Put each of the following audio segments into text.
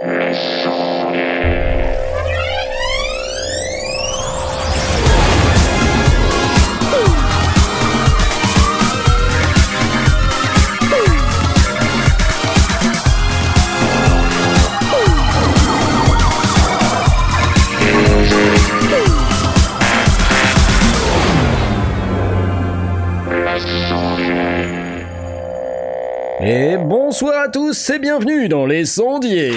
Et bonsoir à tous et bienvenue dans Les Sondiers.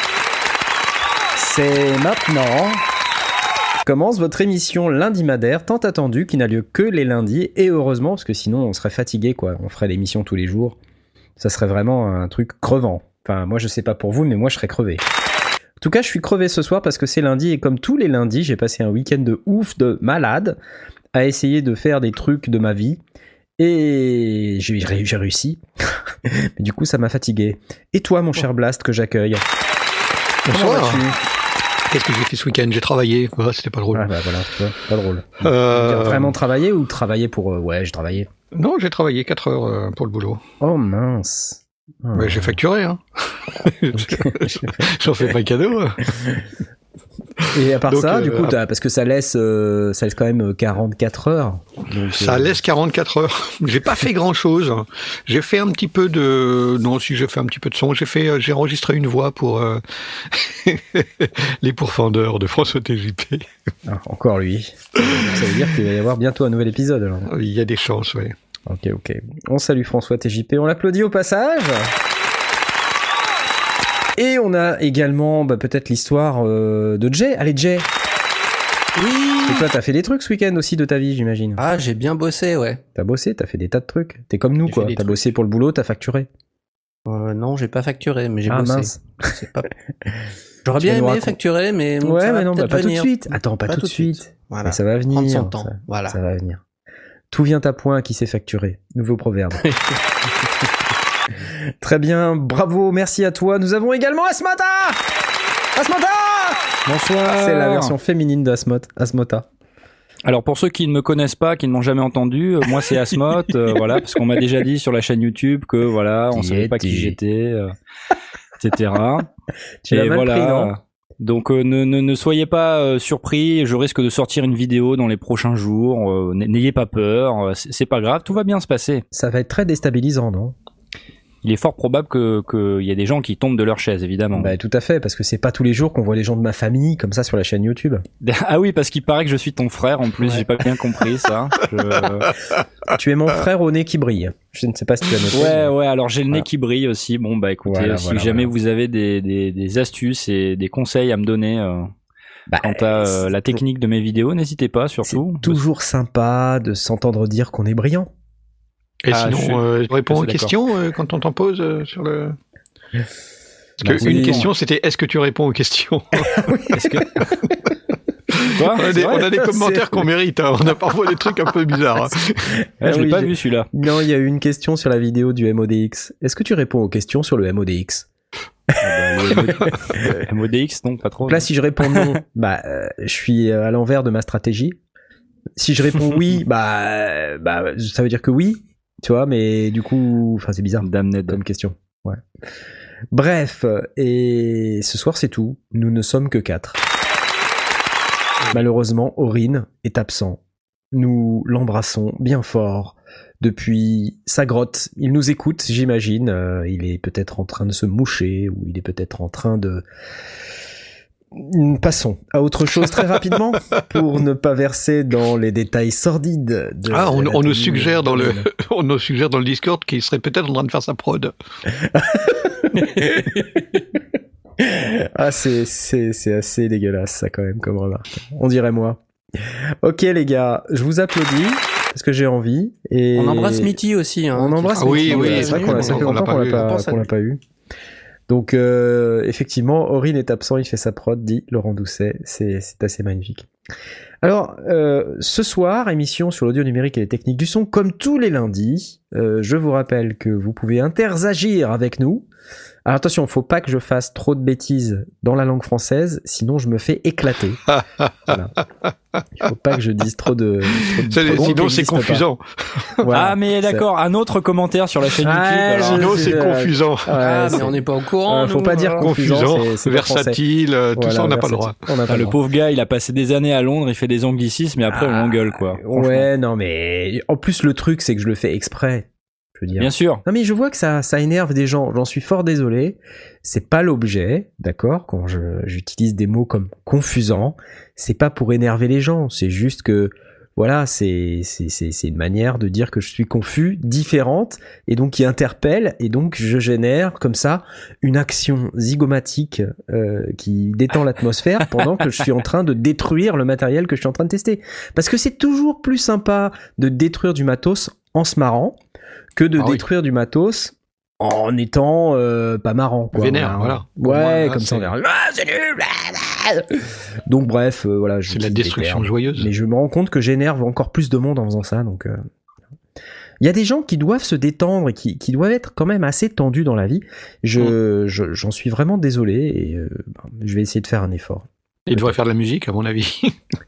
C'est maintenant commence votre émission lundimadaire tant attendue qui n'a lieu que les lundis, et heureusement parce que sinon on serait fatigué quoi, on ferait l'émission tous les jours. Ça serait vraiment un truc crevant. Enfin moi je sais pas pour vous mais moi je serais crevé. En tout cas je suis crevé ce soir parce que c'est lundi et comme tous les lundis j'ai passé un week-end de ouf, de malade à essayer de faire des trucs de ma vie. Et j'ai réussi, mais du coup ça m'a fatigué. Et toi mon cher Blast que j'accueille, comment vas-tu ? Qu'est-ce que j'ai fait ce week-end ? J'ai travaillé, c'était pas drôle. Ah bah voilà, pas drôle. Vraiment travailler ou travailler pour... Ouais, j'ai travaillé. Non, j'ai travaillé 4 heures pour le boulot. Oh mince. Oh. Mais j'ai facturé, hein. J'en fais pas cadeau. Et à part donc, ça, du coup, parce que ça laisse quand même 44 heures. Donc, ça laisse 44 heures. J'ai pas fait grand chose. J'ai fait un petit peu de, non, si j'ai fait un petit peu de son. J'ai enregistré une voix pour les pourfendeurs de François TJP. Ah, encore lui. Ça veut dire qu'il va y avoir bientôt un nouvel épisode, alors. Il y a des chances, oui. Ok. On salue François TJP. On l'applaudit au passage. Et on a également peut-être l'histoire de Jay. Allez Jay. Oui. Et toi t'as fait des trucs ce week-end aussi de ta vie j'imagine. Ah j'ai bien bossé ouais. T'as bossé, t'as fait des tas de trucs. T'es comme nous quoi. T'as bossé pour le boulot, t'as facturé. Non j'ai pas facturé mais j'ai bossé. Mince. C'est pas... J'aurais bien aimé facturer mais ouais mais non pas tout de suite. Attends pas tout de suite. Voilà. Mais ça va venir. Prendre son temps. Voilà. Ça va venir. Tout vient à point qui sait facturer. Nouveau proverbe. Très bien, bravo, merci à toi. Nous avons également Asmota. Bonsoir. C'est la version féminine d'Asmota. Alors pour ceux qui ne me connaissent pas, qui ne m'ont jamais entendu, moi c'est Asmot, voilà, parce qu'on m'a déjà dit sur la chaîne YouTube que voilà, on savait pas qui j'étais, etc. Tu l'as mal pris, non ? Donc ne soyez pas surpris, je risque de sortir une vidéo dans les prochains jours, n'ayez pas peur, c'est pas grave, tout va bien se passer. Ça va être très déstabilisant, non ? Il est fort probable qu'il y ait des gens qui tombent de leur chaise, évidemment. Bah tout à fait, parce que c'est pas tous les jours qu'on voit les gens de ma famille comme ça sur la chaîne YouTube. Ah oui, parce qu'il paraît que je suis ton frère, en plus, J'ai pas bien compris ça. Tu es mon frère au nez qui brille. Je ne sais pas si tu as noté. Ouais, alors j'ai le nez qui brille aussi. Bon bah écoutez, si jamais vous avez des astuces et des conseils à me donner quant à la technique de mes vidéos, n'hésitez pas surtout. C'est toujours sympa de s'entendre dire qu'on est brillant. Et sinon, tu réponds aux questions quand on t'en pose sur le... Parce qu'une question, c'était est-ce que tu réponds aux questions ? Est-ce que... Quoi on a des commentaires qu'on mérite, hein. On a parfois des trucs un peu bizarres. Hein. Je l'ai pas vu celui-là. Non, il y a eu une question sur la vidéo du MODX. Est-ce que tu réponds aux questions sur le MODX ? MODX, non, pas trop. Donc là, si je réponds non, je suis à l'envers de ma stratégie. Si je réponds oui, ça veut dire que oui. Tu vois, mais du coup, c'est bizarre comme question. Ouais. Bref, et ce soir c'est tout. Nous ne sommes que 4. Malheureusement, Aurine est absent. Nous l'embrassons bien fort depuis sa grotte. Il nous écoute, j'imagine. Il est peut-être en train de se moucher ou il est peut-être en train de... Passons à autre chose très rapidement pour ne pas verser dans les détails sordides de on nous suggère dans le Discord qu'il serait peut-être en train de faire sa prod. C'est assez dégueulasse ça quand même comme remarque. On dirait moi. Ok les gars, je vous applaudis parce que j'ai envie et on embrasse Mitty aussi hein. On embrasse Mitty. Oui, c'est vrai qu'on ça fait longtemps qu'on l'a pas eu. Donc effectivement, Aurine est absent, il fait sa prod, dit Laurent Doucet, c'est assez magnifique. Alors, ce soir, émission sur l'audio numérique et les techniques du son, comme tous les lundis. Je vous rappelle que vous pouvez interagir avec nous. Alors attention, faut pas que je fasse trop de bêtises dans la langue française, sinon je me fais éclater. Voilà. Il faut pas que je dise trop de sinon c'est confusant. Voilà, mais d'accord, un autre commentaire sur la chaîne YouTube. Sinon c'est confusant. Mais on n'est pas au courant. Faut pas dire confusant, c'est versatile, tout ça on n'a pas le droit. Le pauvre gars, il a passé des années à Londres, il fait des anglicismes, et après on l'engueule, quoi. Ouais, non mais en plus le truc c'est que je le fais exprès. Je veux dire. Bien sûr. Non mais je vois que ça énerve des gens. J'en suis fort désolé. C'est pas l'objet, d'accord. Quand j'utilise des mots comme confusant, c'est pas pour énerver les gens. C'est juste que voilà, c'est une manière de dire que je suis confus, différente, et donc qui interpelle, et donc je génère comme ça une action zygomatique qui détend l'atmosphère pendant que je suis en train de détruire le matériel que je suis en train de tester. Parce que c'est toujours plus sympa de détruire du matos en se marrant que de détruire du matos en étant pas marrant, quoi. Vénère, voilà. Ouais, comme ça on verra. C'est nul. Donc bref, voilà. C'est la destruction joyeuse. Mais je me rends compte que j'énerve encore plus de monde en faisant ça, donc. Il y a des gens qui doivent se détendre et qui doivent être quand même assez tendus dans la vie. J'en suis vraiment désolé et je vais essayer de faire un effort. Ils devraient faire de la musique, à mon avis.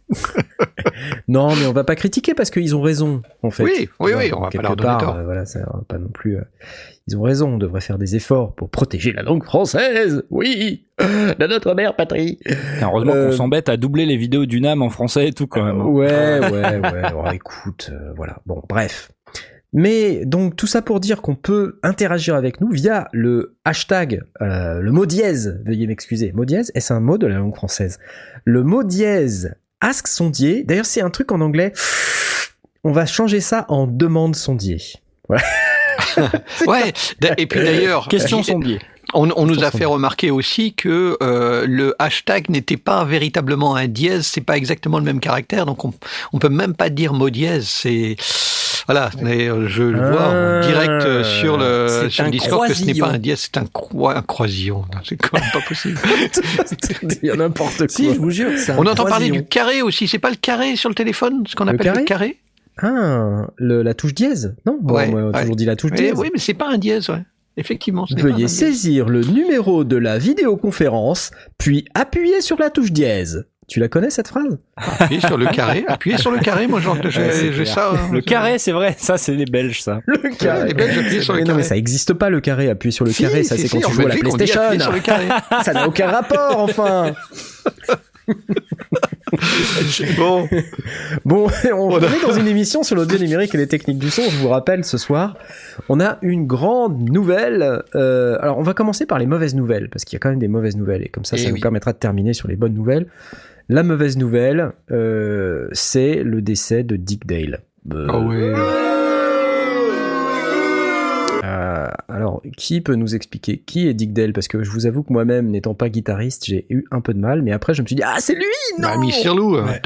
Non, mais on va pas critiquer parce qu'ils ont raison, en fait. Oui, on va pas leur donner tort. Voilà, ça va pas non plus. Ils ont raison, on devrait faire des efforts pour protéger la langue française. Oui, de notre mère patrie. Heureusement qu'on s'embête à doubler les vidéos d'UNAM en français et tout quand même. Ouais. Oh, écoute, voilà. Bon, bref. Mais donc tout ça pour dire qu'on peut interagir avec nous via le hashtag, le mot dièse, veuillez m'excuser. Mot dièse, est-ce un mot de la langue française? Le mot dièse, ask sondier. D'ailleurs c'est un truc en anglais. On va changer ça en demande sondier. Voilà. Ouais. Et puis d'ailleurs, question sondier. On nous a fait remarquer aussi que le hashtag n'était pas véritablement un dièse, c'est pas exactement le même caractère, donc on peut même pas dire mot dièse. C'est voilà, mais je le vois en direct sur le Discord que ce n'est pas un dièse, c'est un croisillon. C'est quand même pas possible. Il y a n'importe quoi. Si, je vous jure. On entend parler du carré aussi. C'est pas le carré sur le téléphone, ce qu'on appelle le carré. Ah, la touche dièse. Non, bon, on a toujours dit la touche dièse. Oui, mais c'est pas un dièse, ouais. Effectivement. Veuillez saisir le numéro de la vidéoconférence, puis appuyer sur la touche dièse. Tu la connais cette phrase? Appuyer sur le carré, moi j'ai ça. Le carré, c'est vrai, ça c'est les Belges, ça. Le carré. Les Belges appuient sur le carré. Non mais ça existe pas le carré, appuyer sur le carré, ça c'est quand tu joues à la PlayStation. Sur le carré. Ça n'a aucun rapport, enfin. Bon, on est dans une émission sur l'audio numérique et les techniques du son. Je vous rappelle, ce soir, on a une grande nouvelle. Alors, on va commencer par les mauvaises nouvelles, parce qu'il y a quand même des mauvaises nouvelles, et comme ça nous permettra de terminer sur les bonnes nouvelles. La mauvaise nouvelle, c'est le décès de Dick Dale. Ah ouais. Alors, qui peut nous expliquer qui est Dick Dale? Parce que je vous avoue que moi-même, n'étant pas guitariste, j'ai eu un peu de mal, mais après je me suis dit, ah c'est lui, non, Michel Lou. Ouais.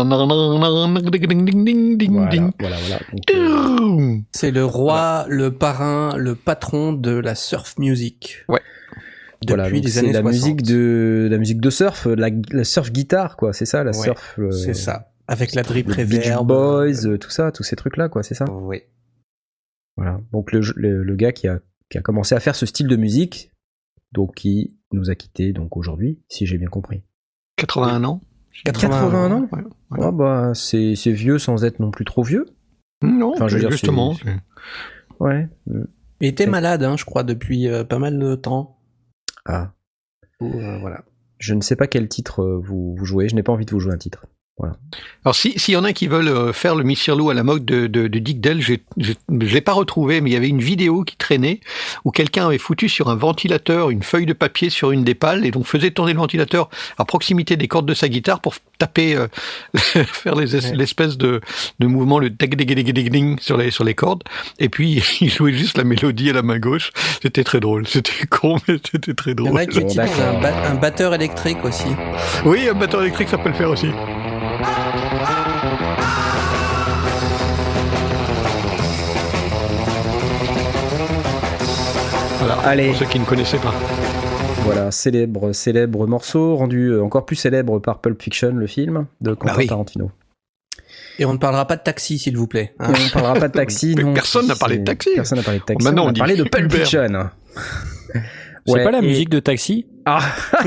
Voilà. Donc, c'est le roi, le parrain, le patron de la surf music. Ouais. Depuis les années 60. La musique de surf, la surf guitare, quoi. C'est ça, la surf. C'est ça. Avec la drip reverb. Beach Boys, tout ça, tous ces trucs-là, quoi. C'est ça. Oui. Voilà. Donc le gars qui a commencé à faire ce style de musique, donc qui nous a quittés donc aujourd'hui, si j'ai bien compris. 81 ans. 81 ans. Ouais. Ah bah c'est vieux sans être non plus trop vieux. Non, enfin, je veux dire, justement. Ouais. Il était malade, je crois, depuis pas mal de temps. Ah. Voilà. Je ne sais pas quel titre vous jouez. Je n'ai pas envie de vous jouer un titre. Voilà. Alors s'il y en a qui veulent faire le Michel Lou à la mode de Dick Dale, je l'ai pas retrouvé, mais il y avait une vidéo qui traînait où quelqu'un avait foutu sur un ventilateur une feuille de papier sur une des pales et donc faisait tourner le ventilateur à proximité des cordes de sa guitare pour taper, faire l'espèce de mouvement, le tag ding ding ding sur les cordes. Et puis il jouait juste la mélodie à la main gauche. C'était très drôle. C'était con, mais c'était très drôle. Il y en a qui utilisent un batteur électrique aussi. Oui, un batteur électrique, ça peut le faire aussi. Voilà. Allez. Pour ceux qui ne connaissaient pas. Voilà, célèbre morceau, rendu encore plus célèbre par Pulp Fiction, le film de Quentin Tarantino. Et on ne parlera pas de Taxi, s'il vous plaît. Hein. On ne parlera pas de Taxi, non. Personne n'a parlé de Taxi. Personne n'a parlé de Taxi. Maintenant, on a parlé de Pulp Fiction. C'est pas la musique de Taxi ? Ah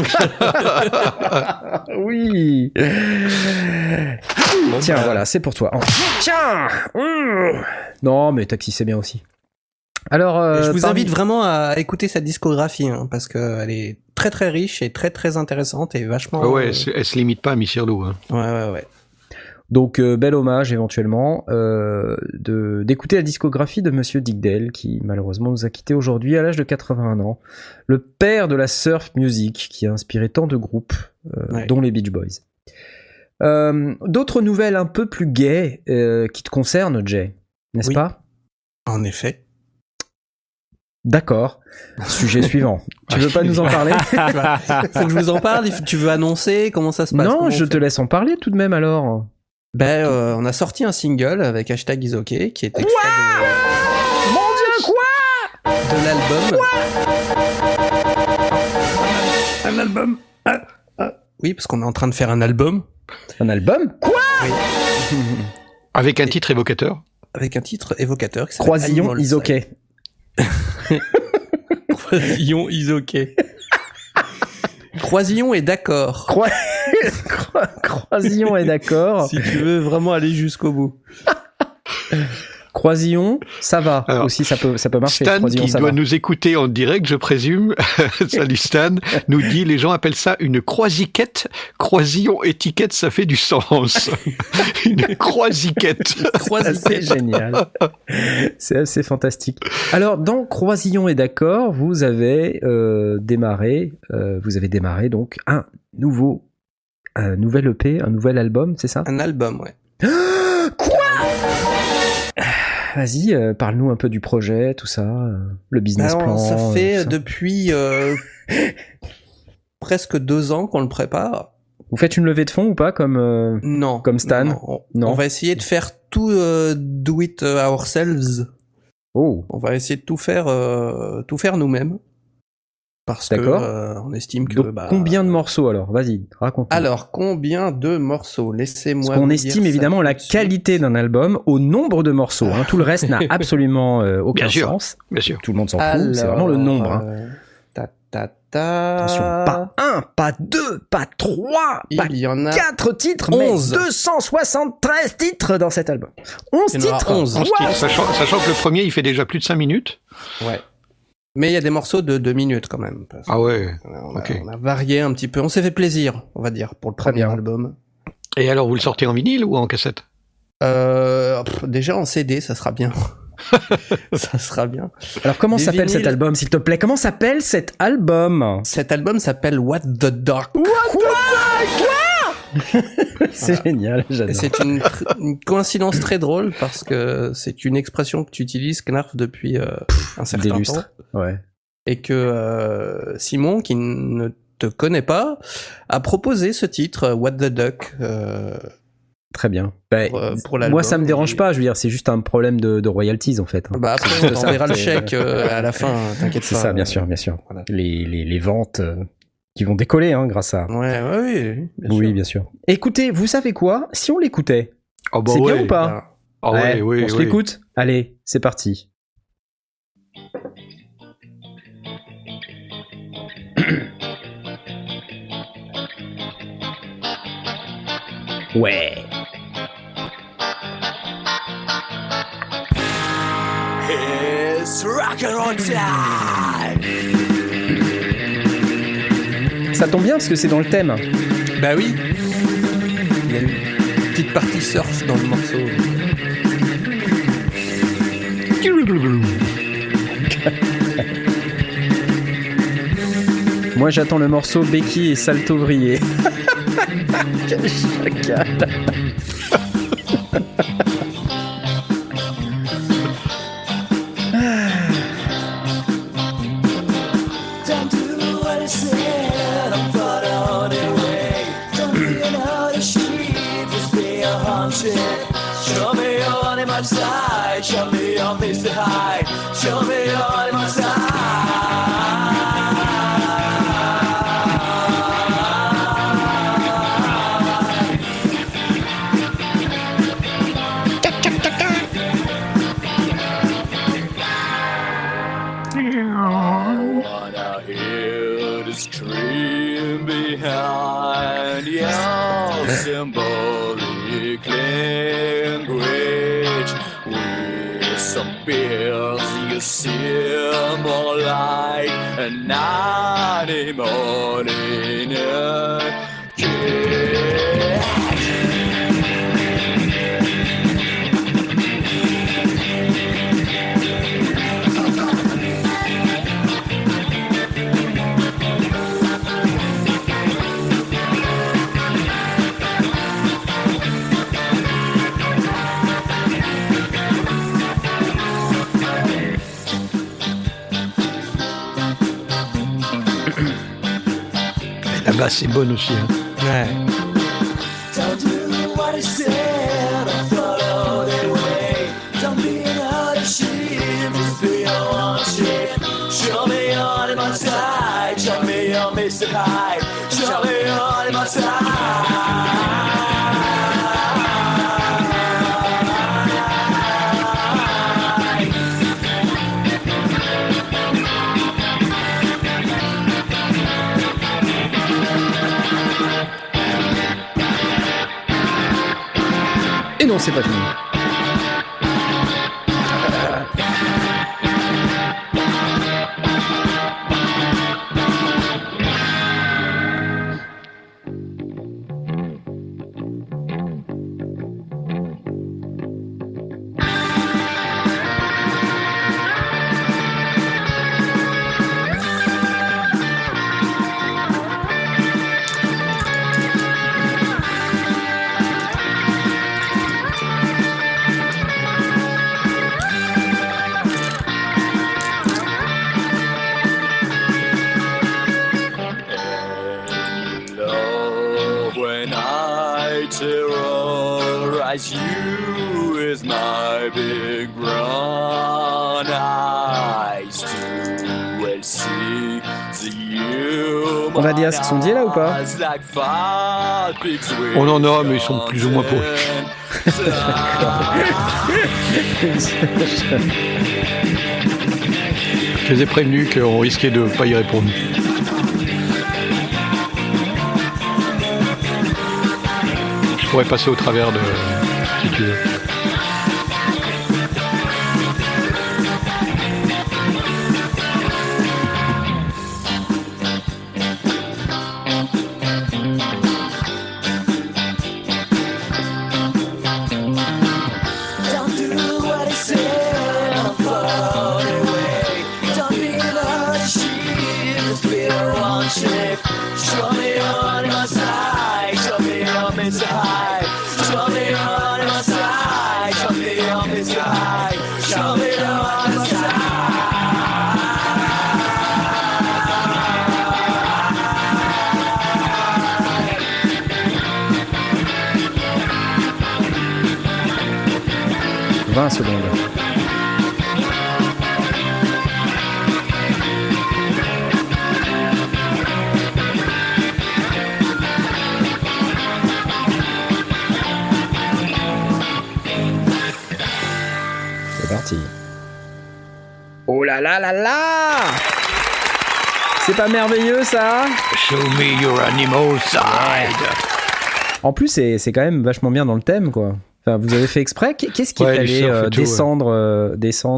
oui. Tiens, voilà, c'est pour toi. Oh. Tiens. Non, mais Taxi, c'est bien aussi. Alors, je vous invite vraiment à écouter sa discographie, hein, parce qu'elle est très très riche et très très intéressante et vachement. Ouais, elle se limite pas à Michel Lou. Hein. Ouais. Donc, bel hommage éventuellement d'écouter la discographie de Monsieur Dick Dale, qui malheureusement nous a quittés aujourd'hui à l'âge de 81 ans. Le père de la surf music, qui a inspiré tant de groupes, dont les Beach Boys. D'autres nouvelles un peu plus gaies qui te concernent, Jay, n'est-ce pas ? En effet. D'accord. Sujet suivant. Tu veux pas nous en parler ? Faut que je vous en parle. Tu veux annoncer comment ça se passe ? Non, je te laisse en parler tout de même alors. On a sorti un single avec #IsOK qui est extrait Mon Dieu, quoi ? De l'album. Un album. Oui, parce qu'on est en train de faire un album. Un album ? Quoi ? Oui. Avec un titre évocateur. Avec un titre évocateur. Croisillon IsOK. Croisillon IsOK. Croisillon est d'accord. Croisillon est d'accord. Si tu veux vraiment aller jusqu'au bout. Croisillon, ça va. Alors, aussi, ça peut marcher. Stan, Croisillon, qui doit nous écouter en direct, je présume, salut Stan, nous dit, les gens appellent ça une croisiquette. Croisillon, étiquette, ça fait du sens. Une croisiquette. C'est génial. C'est assez fantastique. Alors, dans Croisillon est d'accord, vous avez démarré donc un nouvel EP, un nouvel album, c'est ça ? Un album, ouais. Quoi ? Vas-y, parle-nous un peu du projet, tout ça, le business plan. Ça fait depuis presque 2 ans qu'on le prépare. Vous faites une levée de fonds ou pas, comme Stan ? Non. On va essayer de faire tout do it ourselves. Oh. On va essayer de tout faire nous-mêmes. Parce que on estime que... Donc, combien de morceaux alors ? Vas-y, raconte-moi. Alors, combien de morceaux ? Laissez-moi Parce qu'on estime évidemment la qualité d'un album au nombre de morceaux. Hein. Tout le reste n'a absolument aucun sens. Bien sûr. Tout le monde s'en fout, c'est vraiment le nombre. Attention, pas 1, pas 2, pas 3, pas 4 titres, 11. Mais 273 titres dans cet album. 11 titres. 11 titres. Sachant que le premier, il fait déjà plus de 5 minutes. Ouais. Mais il y a des morceaux de 2 minutes quand même. Ah ouais. On a varié un petit peu. On s'est fait plaisir, on va dire, pour le premier album. Et alors, vous le sortez en vinyle ou en cassette ? Déjà en CD, ça sera bien. Ça sera bien. Alors, comment s'appelle cet album, s'il te plaît ? Comment s'appelle cet album ? Cet album s'appelle What the Dark. C'est génial, j'adore. C'est une coïncidence très drôle parce que c'est une expression que tu utilises, Knarf, depuis un certain temps. Ouais. Et que Simon, qui ne te connaît pas, a proposé ce titre, What the Duck. Très bien. Pour moi, ça me dérange pas. Je veux dire, c'est juste un problème de royalties en fait. Après, on verra le chèque à la fin. T'inquiète pas. C'est ça, bien sûr. Voilà. Les ventes qui vont décoller grâce à. Oui, bien sûr. Écoutez, vous savez quoi ? Si on l'écoutait, c'est bien ou pas ? On se l'écoute ? Allez, c'est parti. Ouais. It's rock and roll time. Ça tombe bien parce que c'est dans le thème. Bah oui. Il y a une petite partie surf dans le morceau. Moi j'attends le morceau Becky et Salto Vrillé. Quel chacal. Show me your on my side, show me your Mr. High, show me your on my side. symbolic language with some bears you symbol like an animal in a cage. La basse est bonne aussi. Hein. Ouais. Don't do what he said, I follow the way. Don't be not ashamed, just be your own shit. Show me on my side, show me your Mr. Hyde. Show me on my side. Et non, c'est pas fini. Terrorize you is my big brown eyes to well see the human. On a dit à ce qu'ils sont dit là ou pas? On en a, mais ils sont plus ou moins pourris. Je les ai prévenus qu'on risquait de pas y répondre. Je pourrais passer au travers de... si tu veux. Secondes. C'est parti. Oh là là là là! C'est pas merveilleux ça? Show me your animal side. En plus, c'est quand même vachement bien dans le thème, quoi. Enfin, vous avez fait exprès. Qu'est-ce qui est allé descendre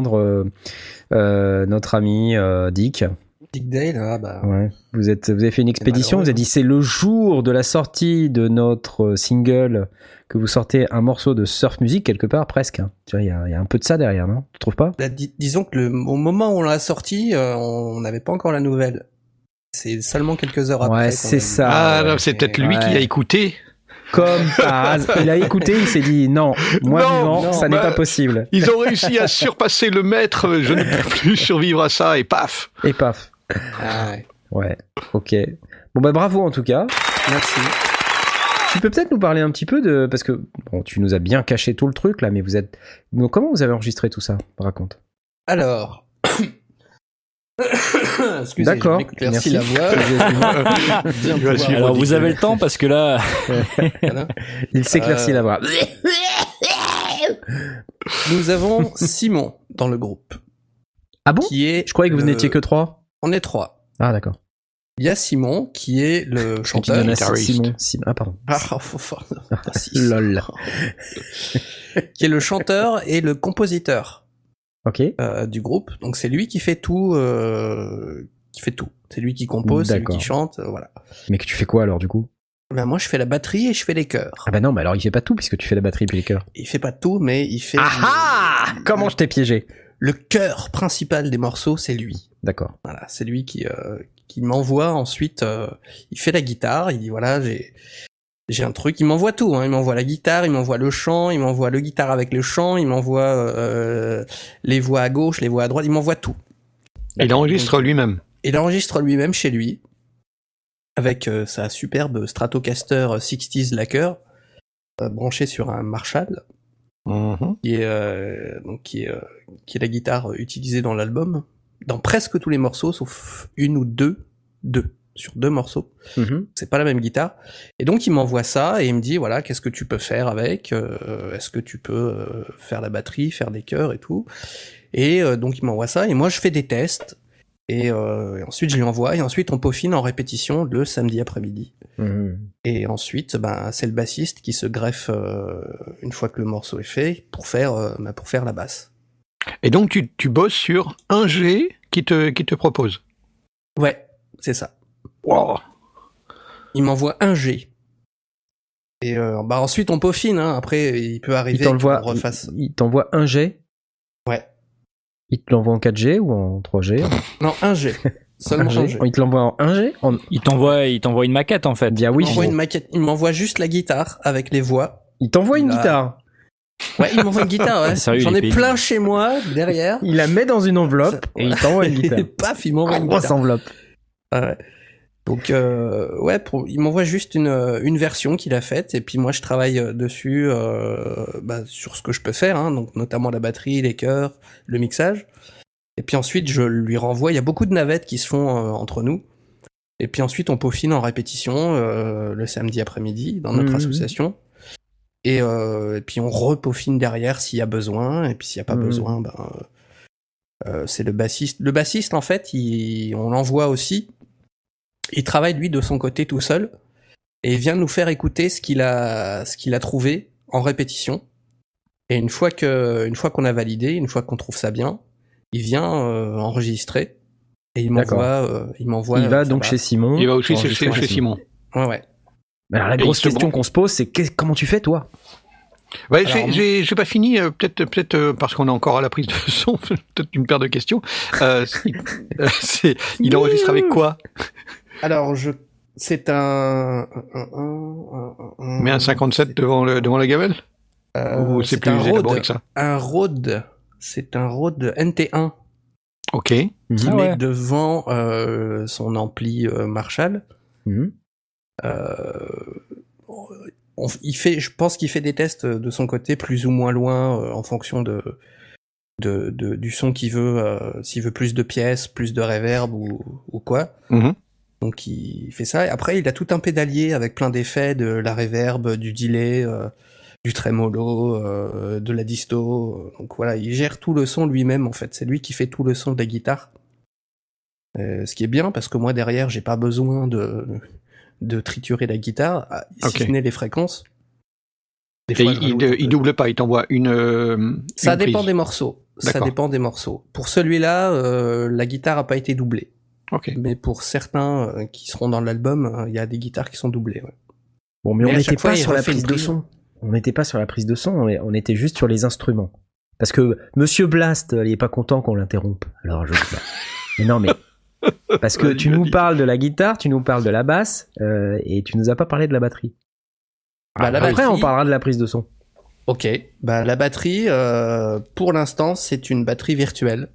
notre ami Dick Dale, ah bah. Ouais. Vous avez fait une expédition. Vous avez dit c'est le jour de la sortie de notre single que vous sortez un morceau de surf music quelque part presque. Hein. Tu vois, il y a un peu de ça derrière, non? Tu trouves pas? Disons que au moment où on l'a sorti, on n'avait pas encore la nouvelle. C'est seulement quelques heures après. Ouais, c'est ça. Ah non, c'est peut-être lui qui a écouté. Comme par hasard. Il a écouté, il s'est dit non, moi vivant, ça n'est pas possible. Ils ont réussi à surpasser le maître, je ne peux plus survivre à ça, et paf. Et paf. Ah ouais. Ouais, ok. Bon bah bravo en tout cas. Merci. Tu peux peut-être nous parler un petit peu de... Parce que bon, tu nous as bien caché tout le truc là, mais vous êtes... Donc, comment vous avez enregistré tout ça? Raconte. Alors... Excusez, d'accord, merci la voix. Alors vous avez le temps parce que là, il s'éclaircit la voix. Nous avons Simon dans le groupe. Ah bon? Qui est Je croyais que vous n'étiez que 3. On est 3. Ah d'accord. Il y a Simon qui est le chanteur. Ah pardon. Lol. Qui est le chanteur et le compositeur. Ok. Du groupe. Donc c'est lui qui fait tout. C'est lui qui compose, c'est lui qui chante, voilà. Mais que tu fais quoi alors du coup? Ben moi je fais la batterie et je fais les chœurs. Ah bah non, mais alors il fait pas tout puisque tu fais la batterie puis les chœurs. Il fait pas tout, mais il fait. Comment je t'ai piégé? Le cœur principal des morceaux, c'est lui. D'accord. Voilà, c'est lui qui m'envoie ensuite. Il fait la guitare. Il dit voilà, j'ai un truc. Il m'envoie tout. Il m'envoie la guitare, il m'envoie le chant, il m'envoie le guitare avec le chant, il m'envoie les voix à gauche, les voix à droite. Il m'envoie tout. Il enregistre lui-même. Il enregistre lui-même chez lui avec sa superbe Stratocaster 60s Lacquer branchée sur un Marshall. Qui est la guitare utilisée dans l'album, dans presque tous les morceaux, sauf une ou deux sur 2 morceaux. C'est pas la même guitare. Et donc il m'envoie ça et il me dit voilà, qu'est-ce que tu peux faire avec, est-ce que tu peux faire la batterie, faire des chœurs et tout. Et donc il m'envoie ça et moi je fais des tests et ensuite je lui envoie et ensuite on peaufine en répétition le samedi après-midi. Et ensuite, c'est le bassiste qui se greffe une fois que le morceau est fait pour faire la basse. Et donc tu bosses sur un G qui te propose. Ouais, c'est ça. Wow. Il m'envoie un G. Et ensuite on peaufine. Après, il peut arriver qu'on refasse. Il t'envoie un G. Ouais. Il te l'envoie en 4G ou en 3G? Non, un G. Seulement un G. Il te l'envoie en 1G? Il t'envoie une maquette en fait. Via Wi-Fi. Il m'envoie une maquette. Il m'envoie juste la guitare avec les voix. Il t'envoie une guitare. Ouais, il m'envoie une guitare, ouais. Sérieux, j'en ai plein chez moi, derrière. Il la met dans une enveloppe et il t'envoie une guitare. Et paf, il m'envoie une grosse guitare. enveloppe. Ouais. Donc, il m'envoie juste une version qu'il a faite, et puis moi je travaille dessus, sur ce que je peux faire, donc notamment la batterie, les chœurs, le mixage. Et puis ensuite, je lui renvoie. Il y a beaucoup de navettes qui se font entre nous. Et puis ensuite, on peaufine en répétition le samedi après-midi dans notre association. Et puis on repeaufine derrière s'il y a besoin. Et puis s'il n'y a pas besoin, c'est le bassiste. Le bassiste, en fait, on l'envoie aussi. Il travaille lui de son côté tout seul et il vient nous faire écouter ce qu'il a trouvé en répétition. Et une fois qu'on a validé, une fois qu'on trouve ça bien, il vient enregistrer et il m'envoie. Il va donc chez Simon. Il va aussi chez Simon. Ouais. Mais alors la grosse question qu'on se pose, c'est comment tu fais toi? Ouais, alors, j'ai pas fini, peut-être parce qu'on est encore à la prise de son, peut-être une paire de questions. Il enregistre avec quoi? Alors c'est un. Mais un 57 devant la gamelle? Ou c'est plus élaboré que ça? Un Rode. C'est un Rode NT1. Ok. Qui met devant son ampli Marshall. Je pense qu'il fait des tests de son côté plus ou moins loin en fonction du son qu'il veut, s'il veut plus de pièces, plus de reverb ou quoi. Donc il fait ça. Et après, il a tout un pédalier avec plein d'effets, de la reverb, du delay, du trémolo, de la disto. Donc voilà, il gère tout le son lui-même en fait. C'est lui qui fait tout le son de la guitare. Ce qui est bien parce que moi derrière, j'ai pas besoin de triturer la guitare, si ce n'est les fréquences. Des fois, il double pas, il t'envoie une Ça dépend prise. des morceaux. D'accord. Ça dépend des morceaux. Pour celui-là, la guitare a pas été doublée. Okay. Mais pour certains qui seront dans l'album, il y a des guitares qui sont doublées. Ouais. Bon, mais on n'était pas sur la prise de son. On n'était pas sur la prise de son, on était juste sur les instruments. Parce que Monsieur Blast, il est pas content qu'on l'interrompe. Alors je sais pas. Mais non, mais parce que tu nous parles de la guitare, tu nous parles de la basse, et tu nous as pas parlé de la batterie. Après, batterie, on parlera de la prise de son. Ok. La batterie, pour l'instant, c'est une batterie virtuelle.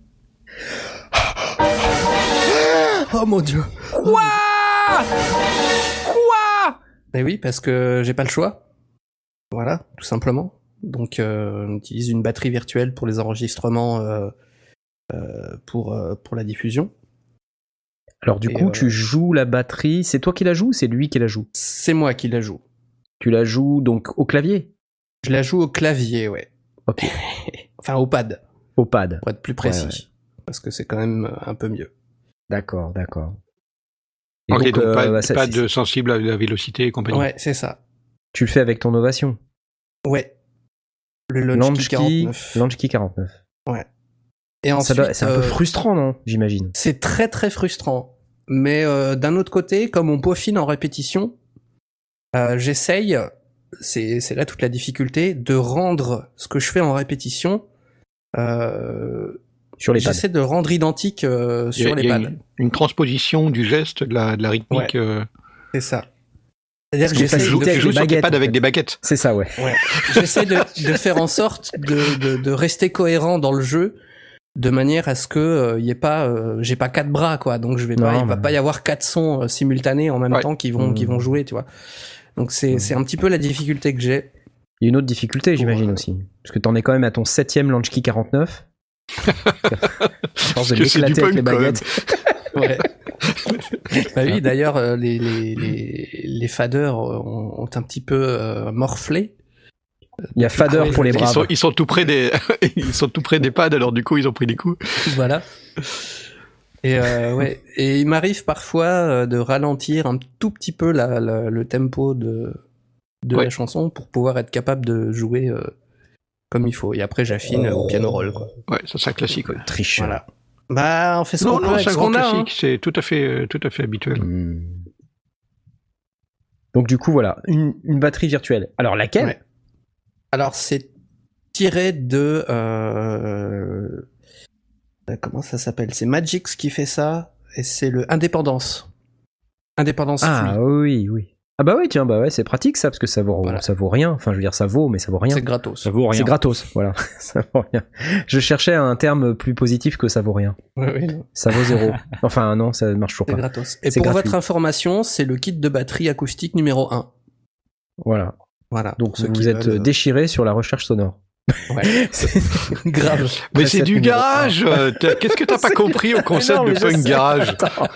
Oh mon dieu. Quoi? Eh oui, parce que j'ai pas le choix. Voilà, tout simplement. Donc, on utilise une batterie virtuelle pour les enregistrements, pour la diffusion. Alors du coup, tu joues la batterie, c'est toi qui la joues ou c'est lui qui la joue? C'est moi qui la joue. Tu la joues donc au clavier? Je la joue au clavier, ouais. Ok. Enfin, au pad. Au pad. Pour être plus précis. Ouais. Parce que c'est quand même un peu mieux. D'accord. Et donc pas ça, de sensible à la vélocité et compagnie. Ouais, c'est ça. Tu le fais avec ton Ovation. Ouais. Le Launchkey 49. Launchkey 49. Ouais. Et ensuite, c'est un peu frustrant, non? J'imagine. C'est très très frustrant. Mais d'un autre côté, comme on peaufine en répétition, j'essaye, c'est là toute la difficulté, de rendre ce que je fais en répétition sur les pads. J'essaie de rendre identique sur les pads. Une transposition du geste, de la rythmique. Ouais. C'est ça. C'est-à-dire que j'essaie de jouer sur tes pads avec des baguettes. C'est ça, ouais. J'essaie de faire en sorte de rester cohérent dans le jeu, de manière à ce que y ait pas, j'ai pas 4 bras, quoi. Donc il va pas y avoir 4 sons simultanés en même temps qui vont jouer, tu vois. Donc c'est un petit peu la difficulté que j'ai. Il y a une autre difficulté, j'imagine aussi, parce que t'en es quand même à ton 7e Launchkey 49. Je pense de l'éclater avec les baguettes. Ouais. Bah oui, d'ailleurs, les faders ont un petit peu morflé. Il y a fader pour les braves. Ils sont tout près des, ils sont tout près des pads, alors du coup, ils ont pris des coups. Voilà. Et ouais. Et il m'arrive parfois de ralentir un tout petit peu le tempo de la chanson pour pouvoir être capable de jouer comme il faut. Et après, j'affine au piano roll, quoi. Ouais, ça c'est un classique, ouais. Triche. Voilà. Bah, on fait ce qu'on peut avec c'est un ce grand qu'on a. classique, c'est tout à fait habituel. Donc du coup, voilà, une batterie virtuelle. Alors laquelle? Ouais. Alors c'est tiré de comment ça s'appelle? C'est Magix qui fait ça et c'est le Indépendance. Indépendance Free. Ah oui. Ah bah oui, tiens, bah ouais, c'est pratique ça, parce que ça vaut rien. Enfin, je veux dire, ça vaut, mais ça vaut rien. C'est gratos. Ça vaut rien. C'est gratos, voilà. Ça vaut rien. Je cherchais un terme plus positif que ça vaut rien. Oui. Ça vaut 0. Enfin, non, ça marche toujours pas. C'est gratos. Et pour votre information, c'est le kit de batterie acoustique numéro 1. Voilà. Donc vous êtes déchiré sur la recherche sonore. Ouais. C'est grave. Mais c'est du garage. Qu'est-ce que t'as pas compris au concept de punk garage?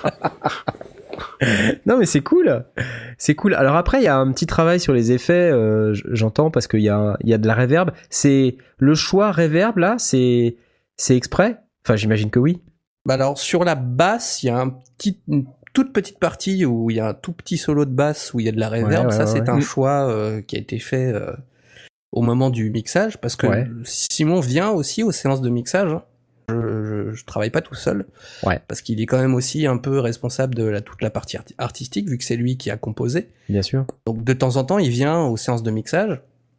Non mais c'est cool. Alors après il y a un petit travail sur les effets, j'entends, parce qu'il y a de la reverb. C'est le choix reverb là, c'est exprès. Enfin j'imagine que oui. Bah alors sur la basse il y a une toute petite partie où il y a un tout petit solo de basse où il y a de la reverb. C'est un choix qui a été fait au moment du mixage, parce que Simon vient aussi aux séances de mixage. Je travaille pas tout seul, parce qu'il est quand même aussi un peu responsable de toute la partie artistique, vu que c'est lui qui a composé. Bien sûr. Donc de temps en temps, il vient aux séances de mixage,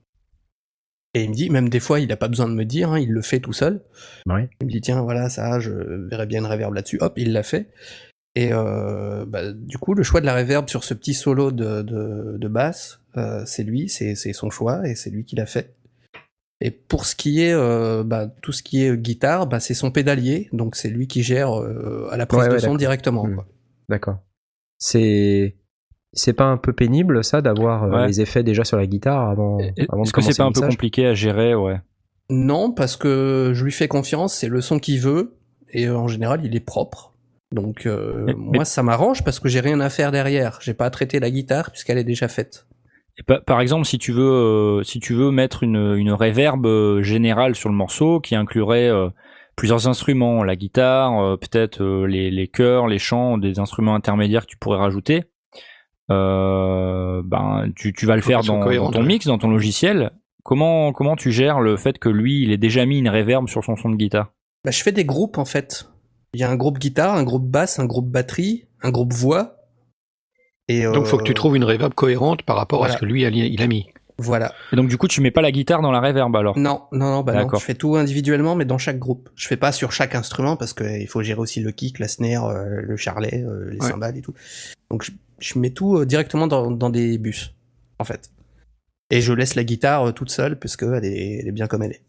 et il me dit, même des fois, il a pas besoin de me dire, il le fait tout seul. Ouais. Il me dit, tiens, voilà, ça, je verrais bien une reverb là-dessus. Hop, il l'a fait. Et du coup, le choix de la reverb sur ce petit solo de basse, c'est lui, c'est son choix, et c'est lui qui l'a fait. Et pour ce qui est tout ce qui est guitare, c'est son pédalier, donc c'est lui qui gère à la prise de son directement. Quoi. D'accord. C'est pas un peu pénible ça d'avoir les effets déjà sur la guitare avant de commencer le mixage? Est-ce que c'est pas un peu compliqué à gérer, Non, parce que je lui fais confiance, c'est le son qu'il veut, et en général il est propre. Donc moi ça m'arrange parce que j'ai rien à faire derrière, j'ai pas à traiter la guitare puisqu'elle est déjà faite. Et par exemple, si tu veux mettre une reverb générale sur le morceau qui inclurait plusieurs instruments, la guitare, peut-être les chœurs, les chants, des instruments intermédiaires que tu pourrais rajouter, tu vas le faire dans ton mix, dans ton logiciel. Comment tu gères le fait que lui, il ait déjà mis une reverb sur son son de guitare? Je fais des groupes en fait. Il y a un groupe guitare, un groupe basse, un groupe batterie, un groupe voix. Et donc, faut que tu trouves une reverb cohérente par rapport à ce que lui il a mis. Voilà. Et donc, du coup, tu mets pas la guitare dans la reverb alors? Non, non. Je fais tout individuellement, mais dans chaque groupe. Je fais pas sur chaque instrument parce qu'il faut gérer aussi le kick, la snare, le charlet, les cymbales et tout. Donc, je mets tout directement dans des bus, en fait. Et je laisse la guitare toute seule parce qu'elle est bien comme elle est.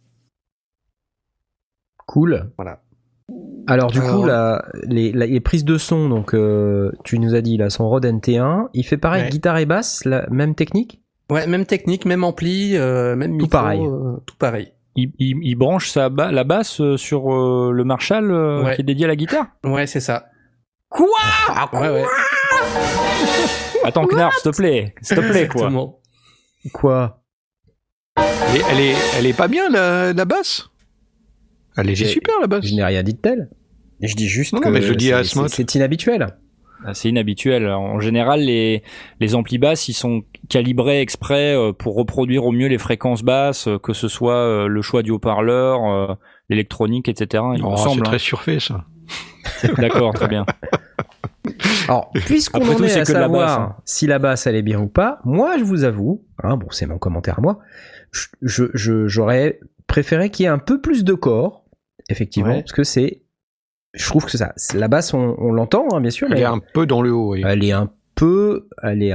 Cool. Voilà. Alors du coup, les prises de son, donc tu nous as dit là, son Rode NT1, il fait pareil, guitare et basse, la même technique? Ouais, même technique, même ampli, même micro, tout pareil. Il branche la basse sur le Marshall qui est dédié à la guitare? Ouais, c'est ça. Quoi? Ouais. Attends, Knarf, s'il te plaît, Exactement. Quoi? Elle est pas bien la basse? Elle est super la basse. Je n'ai rien dit de tel. Je dis juste que mais je dis à Asmoth. C'est inhabituel. assez inhabituel. En général, les amplis basses, ils sont calibrés exprès pour reproduire au mieux les fréquences basses, que ce soit le choix du haut-parleur, l'électronique, etc. Il me C'est semble. très surfait, ça. D'accord, très bien. Alors, puisqu'on Après en tout, est c'est à que de la basse, savoir si la basse elle est bien ou pas, moi je vous avoue, bon c'est mon commentaire à moi, j'aurais préféré qu'il y ait un peu plus de corps, effectivement, Ouais. parce que je trouve que ça, la basse on l'entend bien sûr, Elle mais est un peu dans le haut, oui. elle est un peu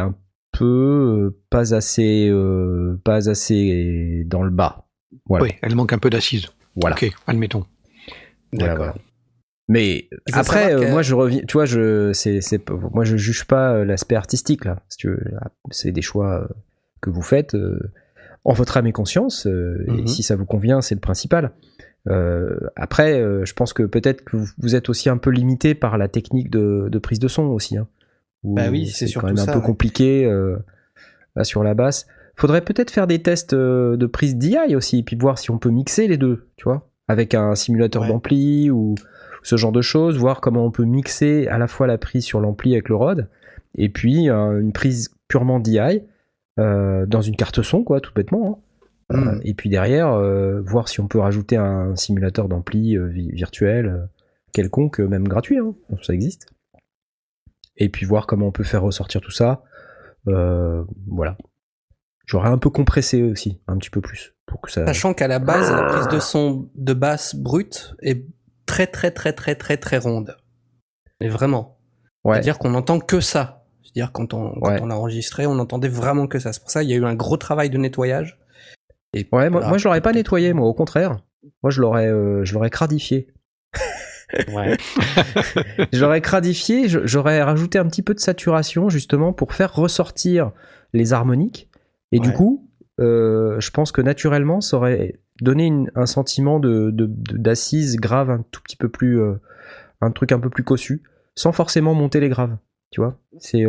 pas assez dans le bas. Voilà. Oui, elle manque un peu d'assise. Voilà. Ok, admettons. Voilà, voilà. Mais Il faut après, savoir que- moi je reviens, tu vois, moi je juge pas l'aspect artistique là. Si tu veux, c'est des choix que vous faites en votre âme et conscience. Et si ça vous convient, c'est le principal. Après, je pense que peut-être que vous êtes aussi un peu limité par la technique de prise de son aussi. Hein, où Bah oui, c'est quand surtout même un ça, peu ouais. compliqué là, sur la basse. Faudrait peut-être faire des tests de prise DI aussi, et puis voir si on peut mixer les deux, tu vois, avec un simulateur Ouais. d'ampli ou ce genre de choses, voir comment on peut mixer à la fois la prise sur l'ampli avec le Rode, et puis une prise purement DI dans une carte son, quoi, tout bêtement. Hein. Et puis derrière, voir si on peut rajouter un simulateur d'ampli virtuel quelconque, même gratuit, hein, ça existe. Et puis voir comment on peut faire ressortir tout ça. Voilà. J'aurais un peu compressé aussi, un petit peu plus. Pour que ça... Sachant qu'à la base, la prise de son de basse brute est très très très très très très ronde. Mais vraiment. Ouais. C'est-à-dire qu'on n'entend que ça. C'est-à-dire quand on a enregistré, on n'entendait vraiment que ça. C'est pour ça qu'il y a eu un gros travail de nettoyage. Et Ouais, moi je l'aurais pas nettoyé, moi, au contraire. Moi je l'aurais cradifié. Ouais. J'aurais cradifié, j'aurais rajouté un petit peu de saturation justement pour faire ressortir les harmoniques. Et du coup, je pense que naturellement, ça aurait donné un sentiment d'assise grave un tout petit peu plus, un truc un peu plus cossu, sans forcément monter les graves. Tu vois, c'est.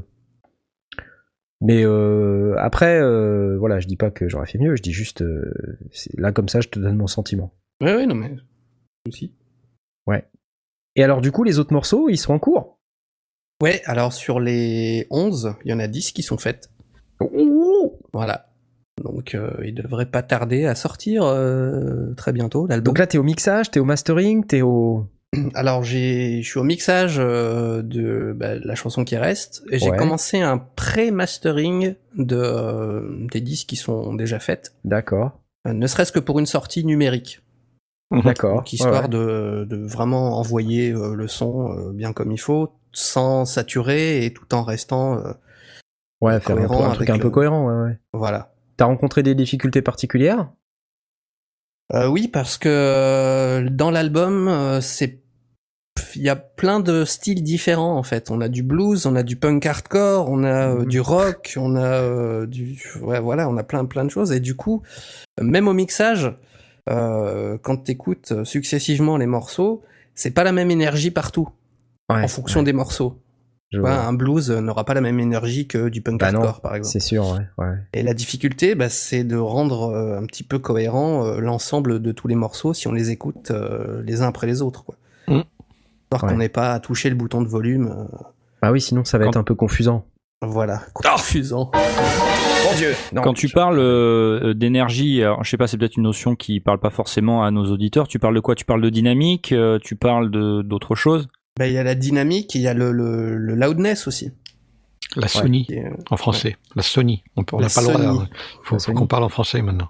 Mais après, voilà, je dis pas que j'aurais fait mieux, je dis juste, là comme ça, je te donne mon sentiment. Ouais, non mais aussi. Ouais. Et alors du coup, les autres morceaux, ils sont en cours. Ouais, alors sur les 11, il y en a 10 qui sont faites. Voilà. Donc il devrait pas tarder à sortir très bientôt l'album. Donc là, t'es au mixage, t'es au mastering, t'es au... Alors je suis au mixage de la chanson qui reste et j'ai commencé un pré-mastering des disques qui sont déjà faites. D'accord. Ne serait-ce que pour une sortie numérique. D'accord. Donc, histoire de vraiment envoyer le son bien comme il faut, sans saturer et tout en restant faire un truc un peu cohérent. Ouais. Voilà. T'as rencontré des difficultés particulières ? Oui, parce que dans l'album, il y a plein de styles différents en fait. On a du blues, on a du punk hardcore, on a du rock, on a on a plein de choses. Et du coup, même au mixage, quand t'écoutes successivement les morceaux, c'est pas la même énergie partout, en fonction des morceaux. Un blues n'aura pas la même énergie que du punk hardcore, par exemple. C'est sûr, ouais. Et la difficulté, c'est de rendre un petit peu cohérent l'ensemble de tous les morceaux si on les écoute les uns après les autres, quoi. Histoire qu'on n'ait pas à toucher le bouton de volume. Bah oui, sinon ça va être un peu confusant. Voilà, confusant. Mon Dieu. Quand tu parles d'énergie, alors, je sais pas, c'est peut-être une notion qui parle pas forcément à nos auditeurs. Tu parles de quoi ? Tu parles de dynamique ? Tu parles d'autre chose ? Il y a la dynamique et il y a le loudness aussi. La Sony, en français. La Sony. On n'a pas le droit. Faut qu'on parle en français maintenant.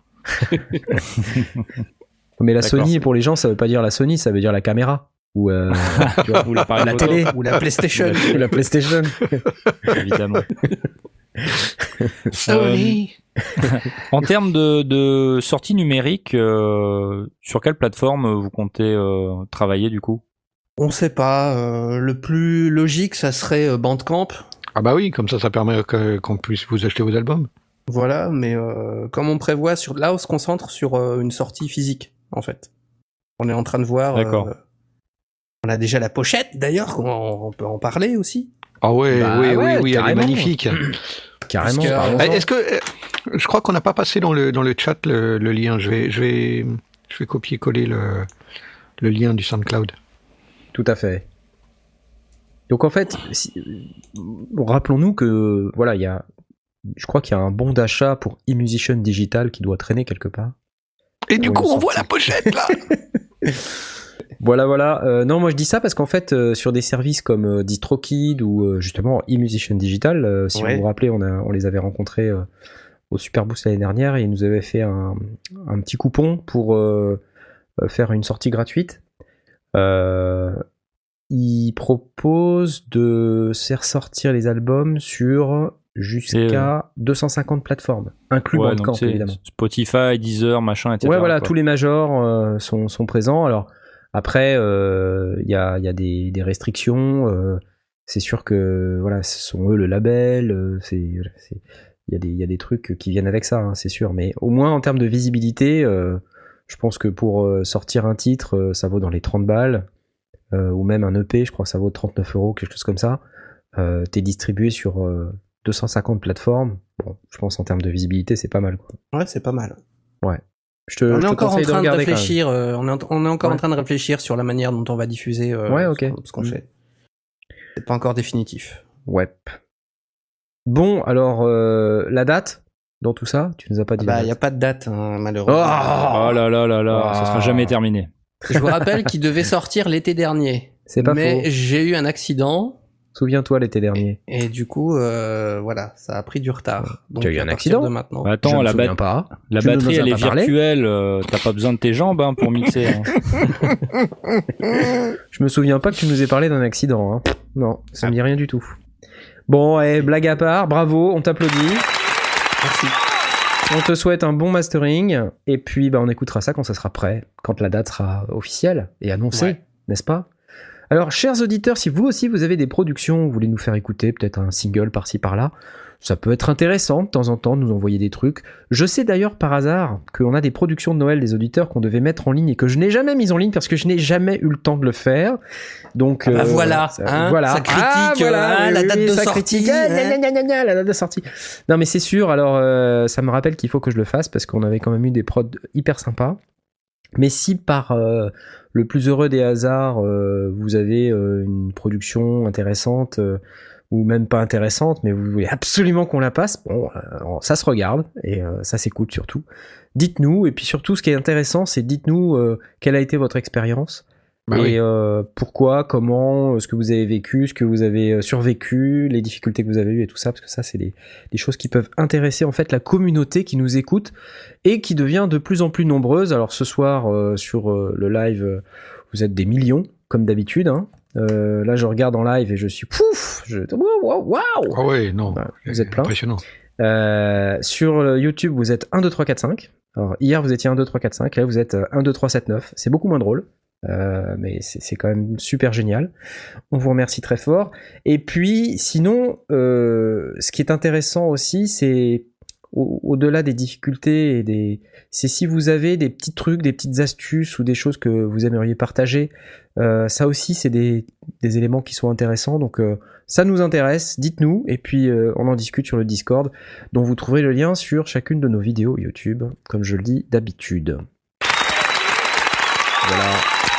Mais la Sony, pour les gens, ça veut pas dire la Sony, ça veut dire la caméra. Ou la télé. Ou la PlayStation. Ou la PlayStation. Évidemment. Sony. En termes de sortie numérique, sur quelle plateforme vous comptez travailler du coup ? On sait pas. Le plus logique, ça serait Bandcamp. Ah bah oui, comme ça permet qu'on puisse vous acheter vos albums. Voilà, mais comme on prévoit, là on se concentre sur une sortie physique, en fait. On est en train de voir... D'accord. On a déjà la pochette, d'ailleurs, on peut en parler aussi. Ah oui, elle est magnifique. Carrément. Est-ce que... je crois qu'on n'a pas passé dans le chat le lien. Je vais copier-coller le lien du SoundCloud. Tout à fait. Donc en fait, rappelons-nous que voilà, je crois qu'il y a un bon d'achat pour eMusician Digital qui doit traîner quelque part. Et du coup, on voit la pochette là. Voilà. Non, moi je dis ça parce qu'en fait, sur des services comme DistroKid ou justement eMusician Digital, si vous vous rappelez, on les avait rencontrés au Superboost l'année dernière et ils nous avaient fait un petit coupon pour faire une sortie gratuite. Ils proposent de faire sortir les albums sur jusqu'à 250 plateformes, inclus Bandcamp évidemment. Spotify, Deezer, machin, etc. Ouais, voilà, tous les majors sont présents. Alors après, il y a des restrictions. C'est sûr que voilà, ce sont eux le label. Il y a des trucs qui viennent avec ça, hein, c'est sûr. Mais au moins en termes de visibilité, je pense que pour sortir un titre, ça vaut dans les 30 balles. Ou même un EP, je crois que ça vaut 39 €, quelque chose comme ça. T'es distribué sur 250 plateformes. Bon, je pense en termes de visibilité, c'est pas mal, quoi. Ouais, c'est pas mal. Ouais. On est encore en train de regarder réfléchir. On est encore en train de réfléchir sur la manière dont on va diffuser ce qu'on fait. C'est pas encore définitif. Ouais. Bon, alors la date dans tout ça, tu nous as pas dit. Il y a pas de date, hein, malheureusement. Oh là là là là, ça sera jamais terminé. Je vous rappelle qu'il devait sortir l'été dernier. C'est pas mais faux. J'ai eu un accident. Souviens-toi l'été dernier. Et du coup, voilà, ça a pris du retard. Donc, tu as eu à un partir accident de maintenant. Attends, je la batterie elle est virtuelle. T'as pas besoin de tes jambes pour mixer. Hein. Je me souviens pas que tu nous aies parlé d'un accident. Hein. Non, ça me dit rien du tout. Bon, blague à part, bravo, on t'applaudit. Merci. On te souhaite un bon mastering et puis on écoutera ça quand ça sera prêt, quand la date sera officielle et annoncée, n'est-ce pas ? Alors, chers auditeurs, si vous aussi vous avez des productions, vous voulez nous faire écouter, peut-être un single par-ci par-là, ça peut être intéressant de temps en temps de nous envoyer des trucs. Je sais d'ailleurs par hasard qu'on a des productions de Noël des auditeurs qu'on devait mettre en ligne et que je n'ai jamais mis en ligne parce que je n'ai jamais eu le temps de le faire. Donc voilà, voilà. Ça critique la date de sortie. La date de sortie. Non mais c'est sûr. Alors ça me rappelle qu'il faut que je le fasse parce qu'on avait quand même eu des prods hyper sympas. Mais si par le plus heureux des hasards, vous avez une production intéressante ou même pas intéressante, mais vous voulez absolument qu'on la passe, bon, ça se regarde et ça s'écoute surtout. Dites-nous, et puis surtout ce qui est intéressant, c'est dites-nous quelle a été votre expérience et pourquoi, comment, ce que vous avez vécu, ce que vous avez survécu, les difficultés que vous avez eues et tout ça, parce que ça c'est des choses qui peuvent intéresser en fait la communauté qui nous écoute et qui devient de plus en plus nombreuse. Alors ce soir sur le live, vous êtes des millions comme d'habitude, hein. Là je regarde en live et je suis pouf, waouh. Ah ouais, non, vous êtes plein. Impressionnant. Sur YouTube vous êtes 1, 2, 3, 4, 5. Alors hier vous étiez 1, 2, 3, 4, 5, là vous êtes 1, 2, 3, 7, 9. C'est beaucoup moins drôle, mais c'est quand même super génial. On vous remercie très fort. Et puis sinon, ce qui est intéressant aussi, c'est au-delà des difficultés c'est si vous avez des petits trucs, des petites astuces ou des choses que vous aimeriez partager, ça aussi c'est des éléments qui sont intéressants, donc ça nous intéresse, dites-nous, et puis on en discute sur le Discord, dont vous trouverez le lien sur chacune de nos vidéos YouTube, comme je le dis d'habitude. Voilà.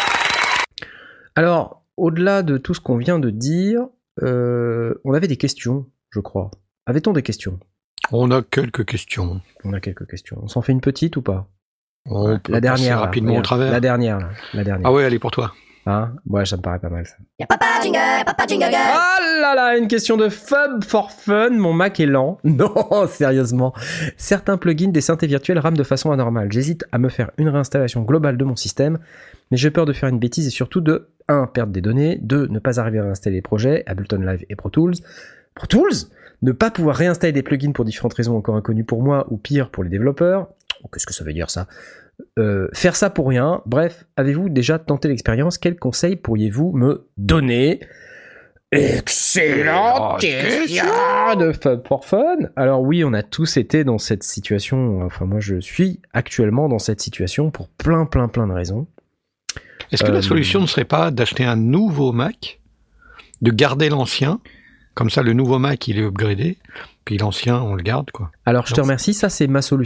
Alors, au-delà de tout ce qu'on vient de dire, on avait des questions, je crois. Avait-on des questions ? On a quelques questions. On s'en fait une petite ou pas ? On peut la dernière, passer rapidement au travers. La dernière. Ah ouais, allez pour toi. Hein ? Ouais, ça me paraît pas mal ça. Y'a papa jingle girl. Oh là là, une question de Fub for Fun, mon Mac est lent. Non, sérieusement. Certains plugins des synthés virtuels rament de façon anormale. J'hésite à me faire une réinstallation globale de mon système, mais j'ai peur de faire une bêtise et surtout de 1. Perdre des données, 2. Ne pas arriver à réinstaller les projets, Ableton Live et Pro Tools. Pro Tools ? Ne pas pouvoir réinstaller des plugins pour différentes raisons encore inconnues pour moi ou pire pour les développeurs. Oh, qu'est-ce que ça veut dire ça ? Faire ça pour rien. Bref, avez-vous déjà tenté l'expérience ? Quels conseils pourriez-vous me donner ? Excellente question de Fub for Fun. Alors oui, on a tous été dans cette situation. Enfin, moi, je suis actuellement dans cette situation pour plein de raisons. Est-ce que la solution ne serait pas d'acheter un nouveau Mac, de garder l'ancien ? Comme ça, le nouveau Mac, il est upgradé, puis l'ancien, on le garde, quoi. Alors, je te remercie, ça, c'est ma solution.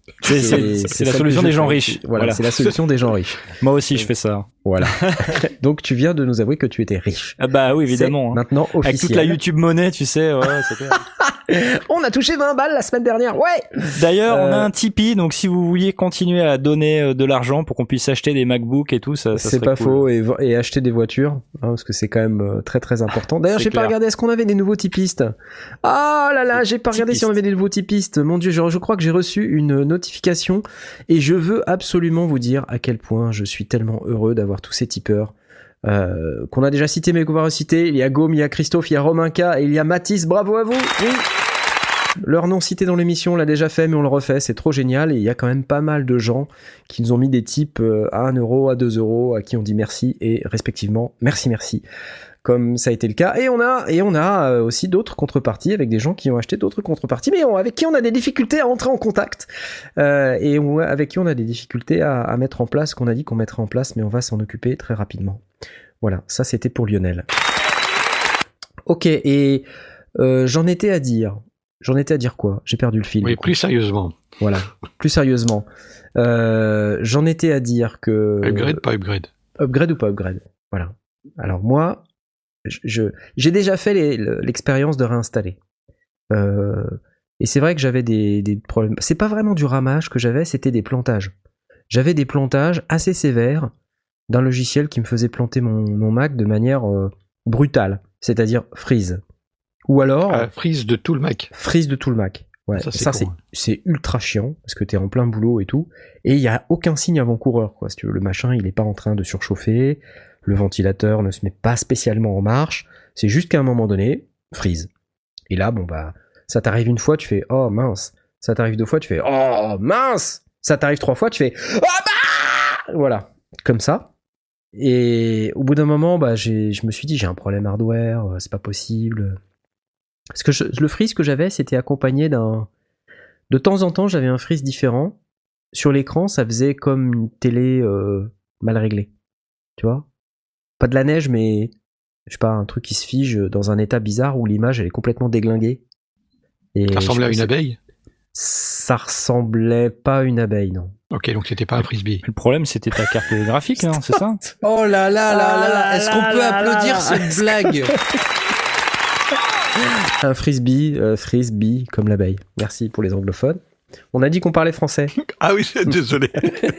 C'est la solution des gens riches. Voilà, c'est la solution des gens riches. Moi aussi, je fais ça. Voilà. Donc tu viens de nous avouer que tu étais riche. Ah bah oui, évidemment. C'est maintenant officiel. Avec toute la YouTube monnaie, tu sais, ouais, c'est clair. On a touché 20 balles la semaine dernière, ouais. D'ailleurs, on a un Tipeee, donc si vous vouliez continuer à donner de l'argent pour qu'on puisse acheter des MacBooks et tout, ça c'est serait pas cool. faux, et acheter des voitures, hein, parce que c'est quand même très très important. D'ailleurs, C'est j'ai pas clair. regardé, est-ce qu'on avait des nouveaux tipistes? Ah là là, j'ai pas regardé si on avait des nouveaux tipistes. Mon Dieu, je crois que j'ai reçu une notification, et je veux absolument vous dire à quel point je suis tellement heureux d'avoir tous ces tipeurs. Qu'on a déjà cité mais qu'on va reciter. Il y a Gaume, il y a Christophe, il y a Romainca et il y a Mathis. Bravo à vous. Oui. Leur nom cité dans l'émission, on l'a déjà fait mais on le refait, c'est trop génial. Et il y a quand même pas mal de gens qui nous ont mis des tips à 1 euro, à 2 euros, à qui on dit merci et respectivement merci, comme ça a été le cas. Et on a aussi d'autres contreparties avec des gens qui ont acheté d'autres contreparties, mais avec qui on a des difficultés à entrer en contact avec qui on a des difficultés à mettre en place ce qu'on a dit qu'on mettrait en place, mais on va s'en occuper très rapidement. Voilà, ça c'était pour Lionel. Ok, et j'en étais à dire quoi? J'ai perdu le fil. Oui, plus sérieusement. Voilà, plus sérieusement. J'en étais à dire que... Upgrade, pas upgrade. Upgrade ou pas upgrade? Voilà. Alors moi, j'ai déjà fait l'expérience de réinstaller. Et c'est vrai que j'avais des problèmes. C'est pas vraiment du ramage que j'avais, c'était des plantages. J'avais des plantages assez sévères d'un logiciel qui me faisait planter mon Mac de manière brutale, c'est-à-dire freeze. Ou alors... freeze de tout le Mac. Freeze de tout le Mac. Ouais, ça c'est ultra chiant, parce que t'es en plein boulot et tout, et il y a aucun signe avant-coureur, quoi. Si tu veux, le machin, il est pas en train de surchauffer, le ventilateur ne se met pas spécialement en marche, c'est juste qu'à un moment donné, freeze. Et là, bon bah, ça t'arrive une fois, tu fais « Oh mince !» Ça t'arrive 2 fois, tu fais « Oh mince !» Ça t'arrive 3 fois, tu fais « Oh bah !» Voilà, comme ça. Et au bout d'un moment, bah, je me suis dit, j'ai un problème hardware, c'est pas possible. Parce que le freeze que j'avais, c'était accompagné d'un... De temps en temps, j'avais un freeze différent. Sur l'écran, ça faisait comme une télé mal réglée. Tu vois ? Pas de la neige, mais... Je sais pas, un truc qui se fige dans un état bizarre où l'image, elle est complètement déglinguée. Et ça ressemblait à une abeille ? Ça ressemblait pas à une abeille, non. Ok, donc c'était pas un frisbee. Le problème, c'était ta carte graphique, hein, c'est ça ? Oh là là là là, est-ce qu'on peut applaudir cette blague ? Un frisbee, comme l'abeille. Merci pour les anglophones. On a dit qu'on parlait français. Ah oui, désolé.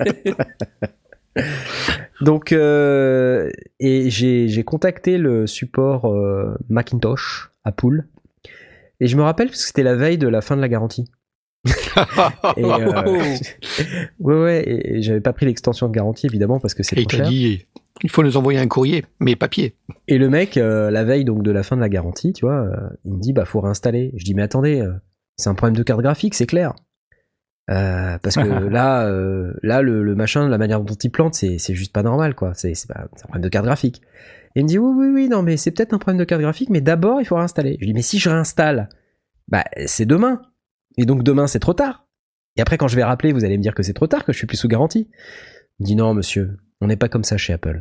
Donc, et j'ai contacté le support Macintosh, Apple, et je me rappelle parce que c'était la veille de la fin de la garantie. Et, ouais, et j'avais pas pris l'extension de garantie évidemment parce que c'est et trop il t'a cher. dit, il faut nous envoyer un courrier, mais papier. Et le mec, la veille donc de la fin de la garantie, tu vois, il me dit bah faut réinstaller. Je dis mais attendez, c'est un problème de carte graphique, c'est clair. Parce que là, le machin, la manière dont il plante, c'est juste pas normal, quoi. C'est un problème de carte graphique. Et il me dit oui, non, mais c'est peut-être un problème de carte graphique, mais d'abord il faut réinstaller. Je lui dis mais si je réinstalle, bah c'est demain. Et donc demain c'est trop tard. Et après quand je vais rappeler, vous allez me dire que c'est trop tard, que je suis plus sous garantie. Il me dit non monsieur, on n'est pas comme ça chez Apple.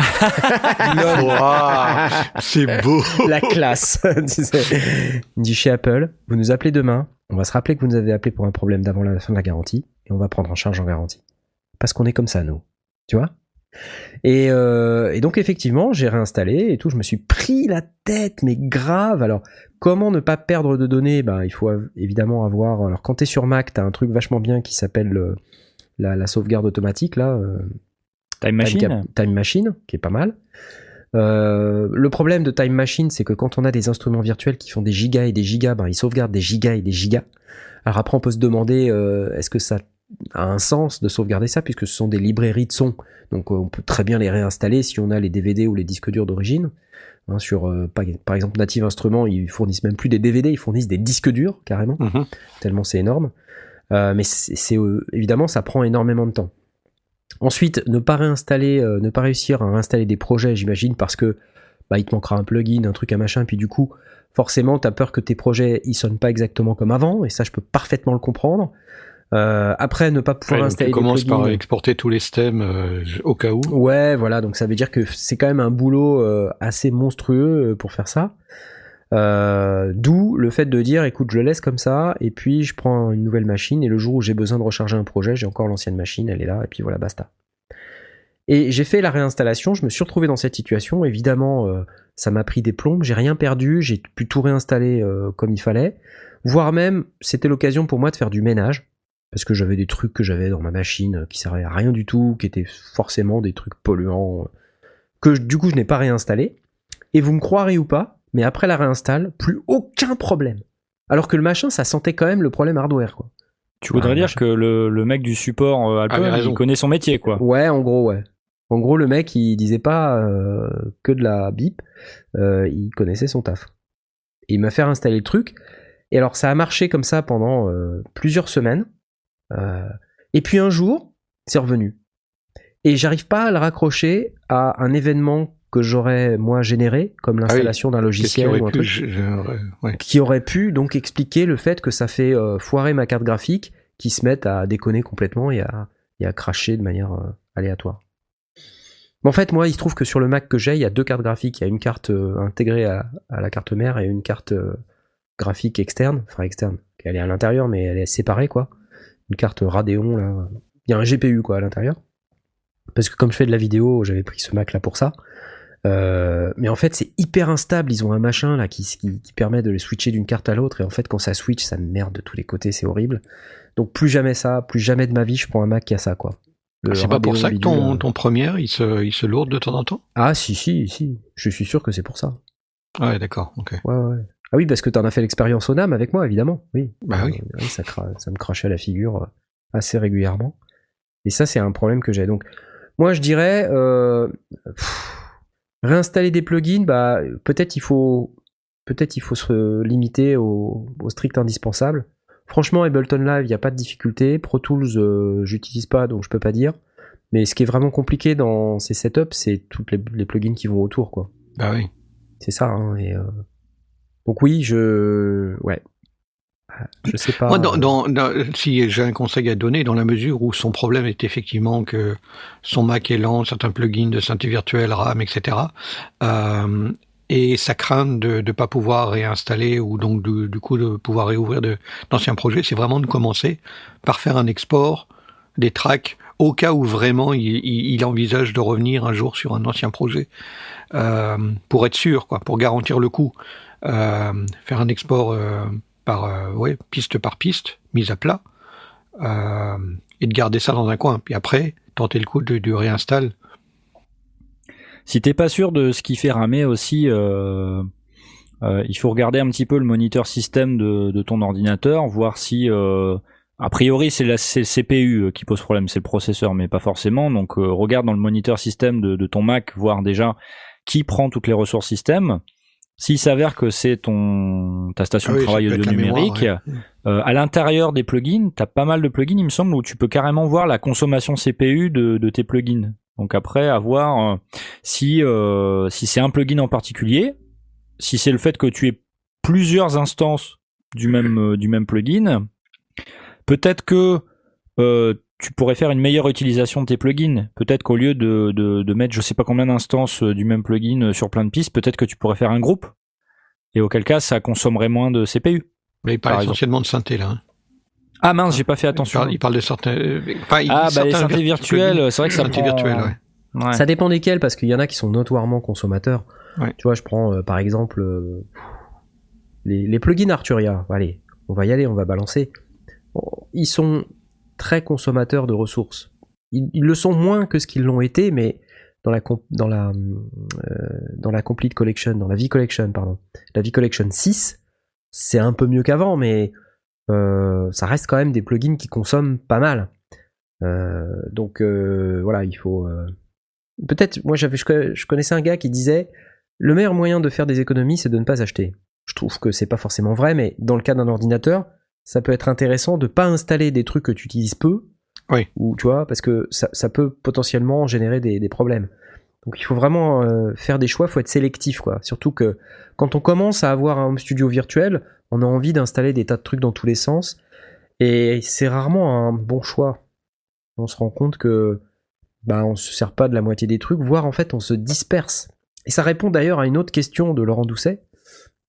Wow, c'est beau. La classe. Il me dit chez Apple, vous nous appelez demain, on va se rappeler que vous nous avez appelé pour un problème d'avant la fin de la garantie, et on va prendre en charge en garantie. Parce qu'on est comme ça, nous. Tu vois ? Et donc effectivement, j'ai réinstallé et tout, je me suis pris la tête, mais grave. Alors, comment ne pas perdre de données ? Ben, il faut évidemment avoir... Alors, quand t'es sur Mac, t'as un truc vachement bien qui s'appelle la sauvegarde automatique, là... Time Machine, qui est pas mal. Le problème de Time Machine, c'est que quand on a des instruments virtuels qui font des gigas et des gigas, ben, ils sauvegardent des gigas et des gigas. Alors après, on peut se demander, est-ce que ça a un sens de sauvegarder ça, puisque ce sont des librairies de sons. Donc on peut très bien les réinstaller si on a les DVD ou les disques durs d'origine. Hein, sur, par exemple, Native Instruments, ils fournissent même plus des DVD, ils fournissent des disques durs, carrément. Tellement c'est énorme. Mais évidemment, ça prend énormément de temps. Ensuite, ne pas réussir à réinstaller des projets, j'imagine, parce que bah, il te manquera un plugin, un truc, un machin, puis du coup, forcément, t'as peur que tes projets ils sonnent pas exactement comme avant, et ça, je peux parfaitement le comprendre. Après, ne pas pouvoir installer des plugins. Tu commences par exporter tous les stems au cas où. Ouais, voilà, donc ça veut dire que c'est quand même un boulot assez monstrueux pour faire ça. D'où le fait de dire, écoute, je le laisse comme ça, et puis je prends une nouvelle machine, et le jour où j'ai besoin de recharger un projet, j'ai encore l'ancienne machine, elle est là, et puis voilà, basta. Et j'ai fait la réinstallation, je me suis retrouvé dans cette situation, évidemment, ça m'a pris des plombes, j'ai rien perdu, j'ai pu tout réinstaller comme il fallait, voire même, c'était l'occasion pour moi de faire du ménage, parce que j'avais des trucs que j'avais dans ma machine qui servaient à rien du tout, qui étaient forcément des trucs polluants, que du coup je n'ai pas réinstallé. Et vous me croirez ou pas, mais après la réinstalle, plus aucun problème. Alors que le machin, ça sentait quand même le problème hardware, quoi. Tu voudrais dire que le mec du support Apple, il connaît son métier, quoi. Ouais, en gros, ouais. En gros, le mec, il disait pas que de la bip, il connaissait son taf. Et il m'a fait réinstaller le truc. Et alors, ça a marché comme ça pendant plusieurs semaines. Et puis un jour, c'est revenu. Et j'arrive pas à le raccrocher à un événement que j'aurais moi généré, comme l'installation d'un logiciel ou un truc, qui aurait pu donc expliquer le fait que ça fait foirer ma carte graphique, qui se mette à déconner complètement et à cracher de manière aléatoire. Mais en fait, moi, il se trouve que sur le Mac que j'ai, il y a 2 cartes graphiques. Il y a une carte intégrée à la carte mère et une carte graphique externe, elle est à l'intérieur, mais elle est séparée, quoi. Une carte Radeon, là. Il y a un GPU, quoi, à l'intérieur. Parce que comme je fais de la vidéo, j'avais pris ce Mac là pour ça. Mais en fait, c'est hyper instable. Ils ont un machin là qui permet de les switcher d'une carte à l'autre. Et en fait, quand ça switch, ça me merde de tous les côtés. C'est horrible. Donc plus jamais ça, plus jamais de ma vie, je prends un Mac qui a ça, quoi. C'est pas pour ça que ton Premiere, il se lourde de temps en temps? Ah si. Je suis sûr que c'est pour ça. Ouais, d'accord. Ok. Ouais. Ah oui, parce que t'en as fait l'expérience au NAM avec moi, évidemment. Oui. Bah oui. Ça me crachait la figure assez régulièrement. Et ça, c'est un problème que j'ai. Donc, moi, je dirais réinstaller des plugins. Bah, peut-être il faut se limiter au strict indispensable. Franchement, Ableton Live, il n'y a pas de difficulté. Pro Tools, j'utilise pas, donc je peux pas dire. Mais ce qui est vraiment compliqué dans ces setups, c'est toutes les plugins qui vont autour, quoi. Bah oui. C'est ça, hein. Et donc oui, je sais pas. Moi, si j'ai un conseil à donner, dans la mesure où son problème est effectivement que son Mac est lent, certains plugins de synthé virtuel, RAM, etc., et sa crainte de ne pas pouvoir réinstaller ou donc du coup de pouvoir réouvrir d'anciens projets, c'est vraiment de commencer par faire un export des tracks au cas où vraiment il envisage de revenir un jour sur un ancien projet, pour être sûr, quoi, pour garantir le coup. Faire un export piste par piste, mise à plat, et de garder ça dans un coin. Puis après, tenter le coup du réinstall. Si t'es pas sûr de ce qui fait ramer aussi, il faut regarder un petit peu le moniteur système de ton ordinateur, voir si a priori c'est le CPU qui pose problème, c'est le processeur, mais pas forcément. Donc regarde dans le moniteur système de ton Mac, voir déjà qui prend toutes les ressources système. S'il s'avère que c'est ta station de travail audio numérique, à l'intérieur des plugins, t'as pas mal de plugins, il me semble, où tu peux carrément voir la consommation CPU de tes plugins. Donc après, à voir si c'est un plugin en particulier, si c'est le fait que tu aies plusieurs instances du même plugin, peut-être que tu pourrais faire une meilleure utilisation de tes plugins. Peut-être qu'au lieu de mettre je sais pas combien d'instances du même plugin sur plein de pistes, peut-être que tu pourrais faire un groupe. Et auquel cas, ça consommerait moins de CPU. Mais il parle essentiellement de synthé, là. Hein. Ah mince, j'ai pas fait attention. Il parle de certains... les synthés virtuels, c'est vrai que ça prend... virtuels, ouais. Ça dépend desquels, parce qu'il y en a qui sont notoirement consommateurs. Ouais. Tu vois, je prends par exemple les plugins Arturia. Allez, on va y aller, on va balancer. Ils sont très consommateurs de ressources. Ils le sont moins que ce qu'ils l'ont été, mais dans la Complete Collection, dans la V-Collection, pardon. La V-Collection 6, c'est un peu mieux qu'avant, mais ça reste quand même des plugins qui consomment pas mal. Donc voilà, il faut... Peut-être, moi je connaissais un gars qui disait le meilleur moyen de faire des économies, c'est de ne pas acheter. Je trouve que c'est pas forcément vrai, mais dans le cas d'un ordinateur, ça peut être intéressant de pas installer des trucs que tu utilises peu, oui. Ou tu vois, parce que ça peut potentiellement générer des problèmes. Donc il faut vraiment faire des choix, il faut être sélectif, quoi. Surtout que quand on commence à avoir un home studio virtuel, on a envie d'installer des tas de trucs dans tous les sens, et c'est rarement un bon choix. On se rend compte que on se sert pas de la moitié des trucs, voire en fait on se disperse. Et ça répond d'ailleurs à une autre question de Laurent Doucet. Tiens,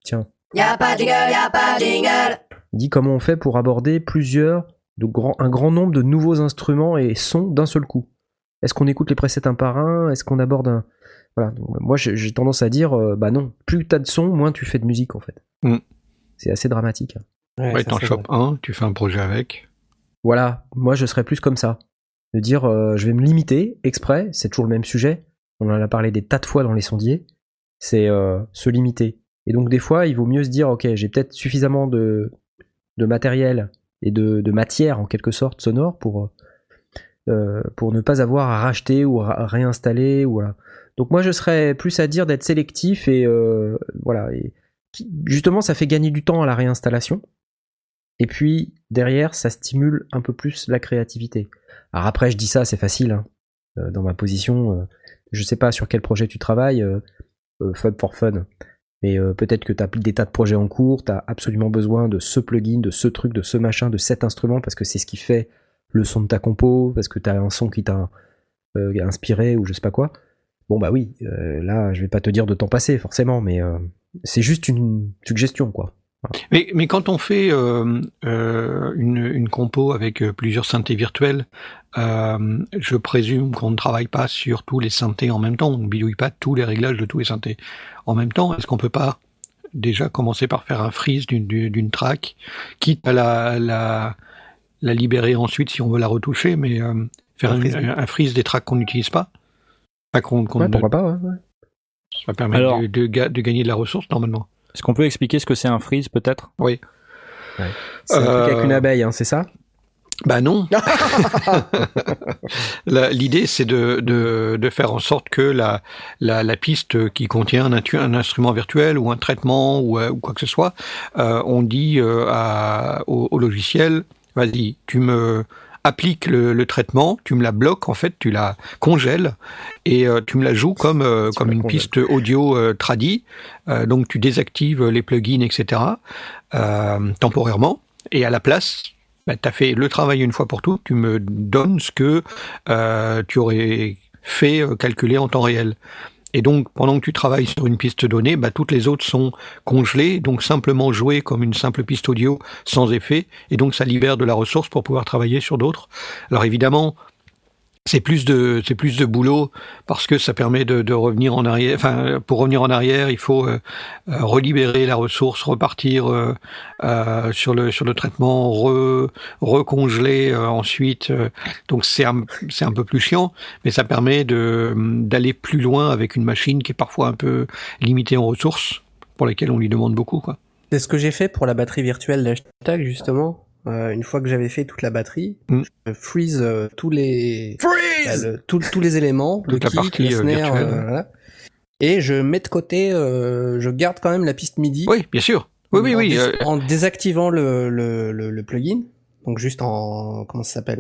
Y'a pas de jingle, y'a pas de jingle. Il dit comment on fait pour aborder un grand nombre de nouveaux instruments et sons d'un seul coup. Est-ce qu'on écoute les presets un par un? Est-ce qu'on aborde un... Voilà. Donc, moi, j'ai tendance à dire, bah non, plus t'as de sons, moins tu fais de musique, en fait. C'est assez dramatique. Ouais, t'en chopes un, tu fais un projet avec. Voilà, moi je serais plus comme ça. De dire, je vais me limiter, exprès, c'est toujours le même sujet. On en a parlé des tas de fois dans les sondiers. C'est se limiter. Et donc des fois, il vaut mieux se dire, ok, j'ai peut-être suffisamment de matériel et de matière, en quelque sorte, sonore, pour ne pas avoir à racheter ou à réinstaller. Ou voilà. Donc moi je serais plus à dire d'être sélectif et voilà. Et justement, ça fait gagner du temps à la réinstallation. Et puis, derrière, ça stimule un peu plus la créativité. Alors après, je dis ça, c'est facile. Hein. Dans ma position, je sais pas sur quel projet tu travailles, Fub for Fun. Mais peut-être que tu as des tas de projets en cours, tu as absolument besoin de ce plugin, de ce truc, de ce machin, de cet instrument, parce que c'est ce qui fait le son de ta compo, parce que tu as un son qui t'a inspiré ou je sais pas quoi. Bon bah oui, là, je vais pas te dire de t'en passer, forcément, mais c'est juste une suggestion, quoi. Mais quand on fait une compo avec plusieurs synthés virtuels, je présume qu'on ne travaille pas sur tous les synthés en même temps, on ne bidouille pas tous les réglages de tous les synthés en même temps. Est-ce qu'on peut pas déjà commencer par faire un freeze d'une track, quitte à la libérer ensuite si on veut la retoucher, mais faire un freeze des tracks qu'on n'utilise pas, pourquoi pas, ouais. Ça permet de gagner de la ressource normalement. Est-ce qu'on peut expliquer ce que c'est un freeze, peut-être? Oui. Ouais. C'est un truc avec une abeille, hein, c'est ça? Bah non. L'idée, c'est de faire en sorte que la piste qui contient un instrument virtuel ou un traitement ou quoi que ce soit, on dit au logiciel, vas-y, tu me appliques le traitement, tu me la bloques, en fait, tu la congèles et tu me la joues comme une piste audio tradi. Donc tu désactives les plugins, etc. Temporairement, et à la place, bah, tu as fait le travail une fois pour toutes, tu me donnes ce que tu aurais fait calculer en temps réel. Et donc, pendant que tu travailles sur une piste donnée, bah, toutes les autres sont congelées, donc simplement jouées comme une simple piste audio sans effet, et donc ça libère de la ressource pour pouvoir travailler sur d'autres. Alors évidemment, c'est plus de boulot parce que ça permet de revenir en arrière. Enfin, pour revenir en arrière, il faut relibérer la ressource, repartir sur le traitement, recongeler ensuite. Donc c'est un peu plus chiant, mais ça permet d'aller plus loin avec une machine qui est parfois un peu limitée en ressources, pour lesquelles on lui demande beaucoup, quoi. C'est ce que j'ai fait pour la batterie virtuelle d'Hashtag, justement. Une fois que j'avais fait toute la batterie, je freeze tous les tous les éléments, toute le la kick, partie le snare, virtuelle. voilà. Et je mets de côté, je garde quand même la piste MIDI. Oui, bien sûr. Oui. En désactivant le plugin, donc juste en comment ça s'appelle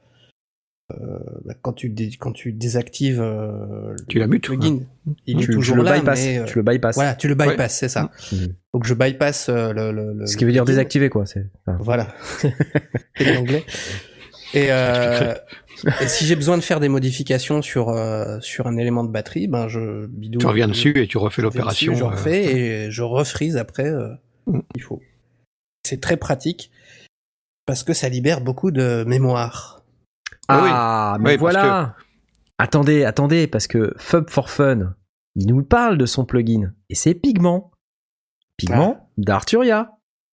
quand tu désactives tu la mutes, plugin, il est tu toujours le là, bypass, mais tu le bypasses. voilà, tu le bypasses, c'est ça. Donc je bypass Ce qui veut dire désactiver, quoi. Voilà. C'est l'anglais. Et si j'ai besoin de faire des modifications sur un élément de batterie, ben je bidouille. Tu reviens dessus et tu refais l'opération. Je refais et je refreeze après. Il faut. C'est très pratique parce que ça libère beaucoup de mémoire. Ah, mais voilà. Attendez, parce que Fub for Fun, il nous parle de son plugin et c'est Pigment d'Arturia.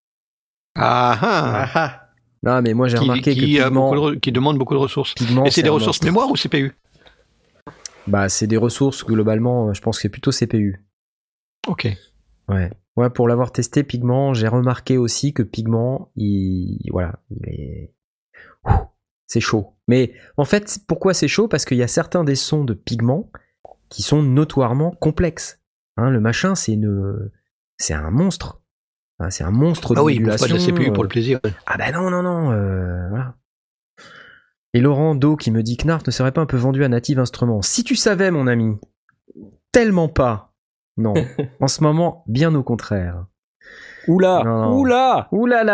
Non, mais moi j'ai remarqué que Pigment qui demande beaucoup de ressources. Pigment, et c'est des ressources mémoire ou CPU? Bah, c'est des ressources globalement. Je pense que c'est plutôt CPU. Ok. Ouais. Ouais, pour l'avoir testé, Pigment, j'ai remarqué aussi que Pigment, il est, c'est chaud. Mais en fait, pourquoi c'est chaud? Parce qu'il y a certains des sons de Pigment qui sont notoirement complexes. Hein, le machin, c'est un monstre. Hein, c'est un monstre de modulation. Ah oui, pas de la CPU pour le plaisir. Ah bah non, voilà. Et Laurent Do qui me dit que Knarf ne serait pas un peu vendu à Native Instruments. Si tu savais, mon ami, tellement pas. Non, en ce moment, bien au contraire. Oulala.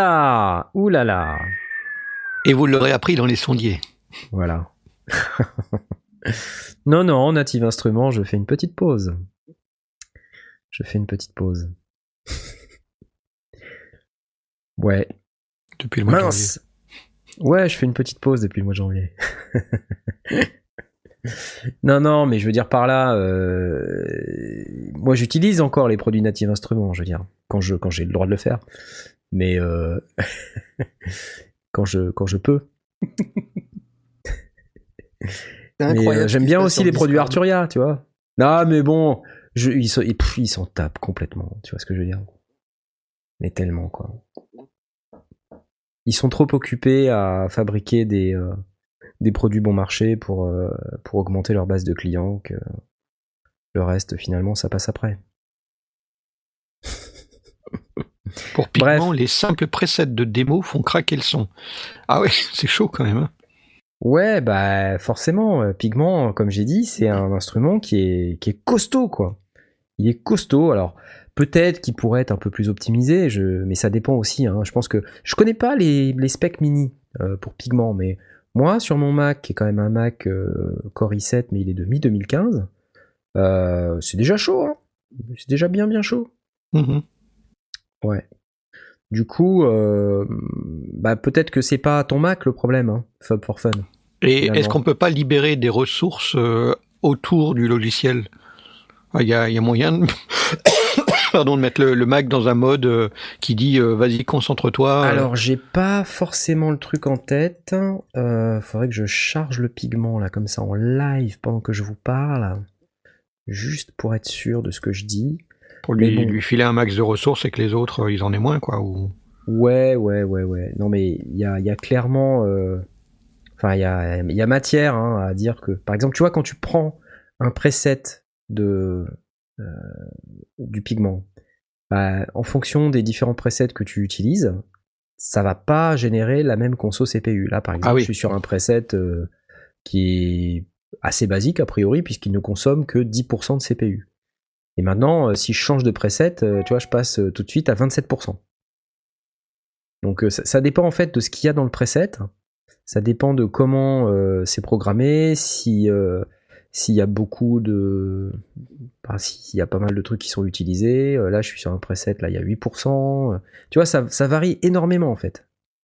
Et vous l'aurez appris dans les sondiers. Voilà. Non, Native Instruments, je fais une petite pause. Ouais. Depuis le mois de janvier. Mince. Ouais, je fais une petite pause depuis le mois de janvier. Non, mais je veux dire par là, moi j'utilise encore les produits Native Instruments, je veux dire, quand j'ai le droit de le faire, mais quand je peux. C'est Mais incroyable. ce j'aime qui bien se passe aussi sur les produits Discord. Arturia, tu vois. Non, mais bon, ils s'en tapent complètement, tu vois ce que je veux dire. Mais tellement, quoi. Ils sont trop occupés à fabriquer des produits bon marché pour augmenter leur base de clients que le reste, finalement, ça passe après. Pour Pigment, Bref. les simples presets de démo font craquer le son. Ah ouais, c'est chaud quand même. Hein. Ouais, bah forcément, Pigment, comme j'ai dit, c'est un instrument qui est costaud, quoi. Il est costaud, alors peut-être qu'il pourrait être un peu plus optimisé, mais ça dépend aussi, hein. Je pense que je connais pas les specs mini pour Pigment, mais moi, sur mon Mac, qui est quand même un Mac Core i7, mais il est de mi-2015, c'est déjà chaud, hein. C'est déjà bien chaud. Mhm. Ouais. Du coup, bah peut-être que c'est pas ton Mac le problème, hein, Fab for Fun. Et Finalement. est-ce qu'on peut pas libérer des ressources autour du logiciel? Il y a moyen de... Pardon, de mettre le Mac dans un mode qui dit vas-y, concentre-toi. Alors, j'ai pas forcément le truc en tête. Faudrait que je charge le Pigment là, comme ça, en live pendant que je vous parle, juste pour être sûr de ce que je dis. Pour mais lui, bon. lui filer un max de ressources et que les autres, ils en aient moins, quoi. Ou... Ouais. Non, mais il y a clairement, enfin, il y a matière hein, à dire que, par exemple, tu vois, quand tu prends un preset du Pigment, bah, en fonction des différents presets que tu utilises, ça va pas générer la même conso CPU. Là, par exemple, oui. je suis sur un preset qui est assez basique a priori, puisqu'il ne consomme que 10% de CPU. Et maintenant, si je change de preset, tu vois, je passe tout de suite à 27%. Donc ça dépend en fait de ce qu'il y a dans le preset. Ça dépend de comment c'est programmé, s'il y a beaucoup de... Enfin, s'il y a pas mal de trucs qui sont utilisés. Là, je suis sur un preset, là, il y a 8%. Tu vois, ça varie énormément, en fait.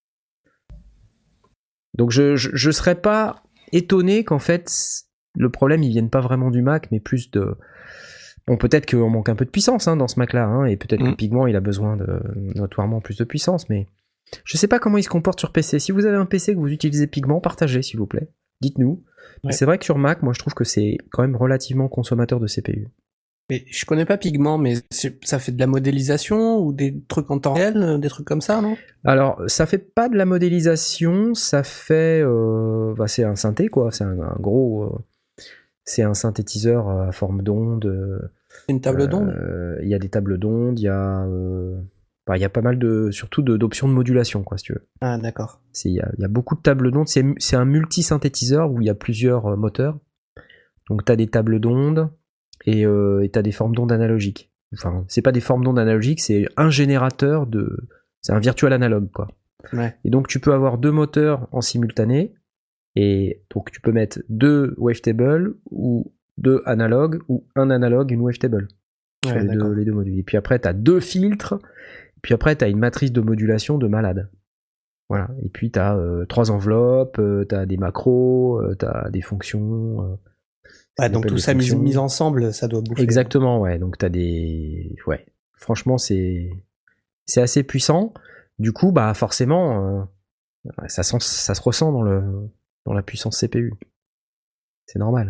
Donc, je serais pas étonné qu'en fait, le problème, il vienne pas vraiment du Mac, mais plus de... Bon, peut-être qu'on manque un peu de puissance hein, dans ce Mac-là, hein, et peut-être que Pigment, il a besoin de notoirement plus de puissance, mais je sais pas comment il se comporte sur PC. Si vous avez un PC que vous utilisez Pigment, partagez, s'il vous plaît. Dites-nous. Ouais. C'est vrai que sur Mac, moi, je trouve que c'est quand même relativement consommateur de CPU. Mais je connais pas Pigment, mais ça fait de la modélisation ou des trucs en temps réel, des trucs comme ça, non? Alors, ça fait pas de la modélisation, ça fait... bah, c'est un synthé, quoi. C'est un gros... c'est un synthétiseur à forme d'onde. Une table d'onde? Il y a des tables d'onde, il y a... bah, il y a pas mal surtout d'options de modulation, quoi, si tu veux. Ah, d'accord. Il y a beaucoup de tables d'onde. C'est un multi-synthétiseur où il y a plusieurs moteurs. Donc, tu as des tables d'onde et tu as des formes d'onde analogiques. Enfin, c'est pas des formes d'onde analogiques, c'est un générateur de... C'est un virtual analogue, quoi. Ouais. Et donc, tu peux avoir deux moteurs en simultané. Et donc, tu peux mettre deux wavetables ou deux analogues ou un analogue et une wavetable. Ouais, Sur les deux modules. Et puis après, tu as deux filtres. Puis après, tu as une matrice de modulation de malade. Voilà. Et puis, tu as trois enveloppes, tu as des macros, tu as des fonctions. Ouais, donc tout ça mis ensemble, ça doit bouffer. Exactement, ouais. Donc, tu as des... Ouais. Franchement, c'est assez puissant. Du coup, bah forcément, ça se ressent dans la puissance CPU. C'est normal.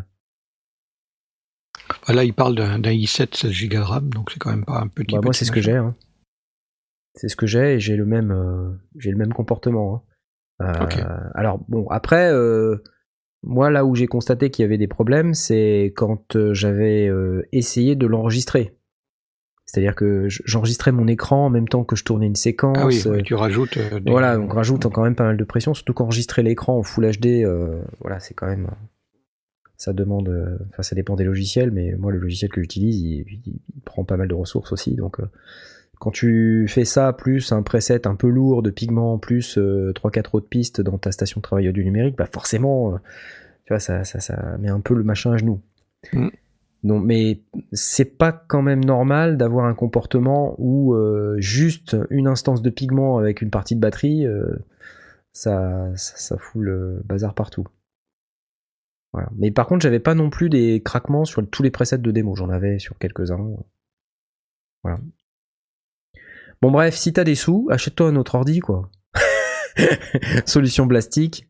Là, il parle d'un i7 16 Go de RAM, donc c'est quand même pas un petit... Bah, moi, c'est ce que j'ai. Hein. C'est ce que j'ai et j'ai le même comportement. Hein. Okay. Alors, bon, après, moi, là où j'ai constaté qu'il y avait des problèmes, c'est quand j'avais essayé de l'enregistrer. C'est-à-dire que j'enregistrais mon écran en même temps que je tournais une séquence. Ah oui, tu rajoutes... Voilà, donc rajoute quand même pas mal de pression, surtout qu'enregistrer l'écran en Full HD, voilà, c'est quand même... Ça demande... Enfin, ça dépend des logiciels, mais moi, le logiciel que j'utilise, il prend pas mal de ressources aussi, donc... Quand tu fais ça, plus un preset un peu lourd de Pigment, plus 3-4 autres pistes dans ta station de travail audio numérique, bah forcément, tu vois, ça met un peu le machin à genoux. Donc, mais c'est pas quand même normal d'avoir un comportement où juste une instance de pigment avec une partie de batterie, ça fout le bazar partout. Voilà. Mais par contre, j'avais pas non plus des craquements sur tous les presets de démo. J'en avais sur quelques-uns. Voilà. Bon bref, si t'as des sous, achète-toi un autre ordi, quoi. Solution Blastic.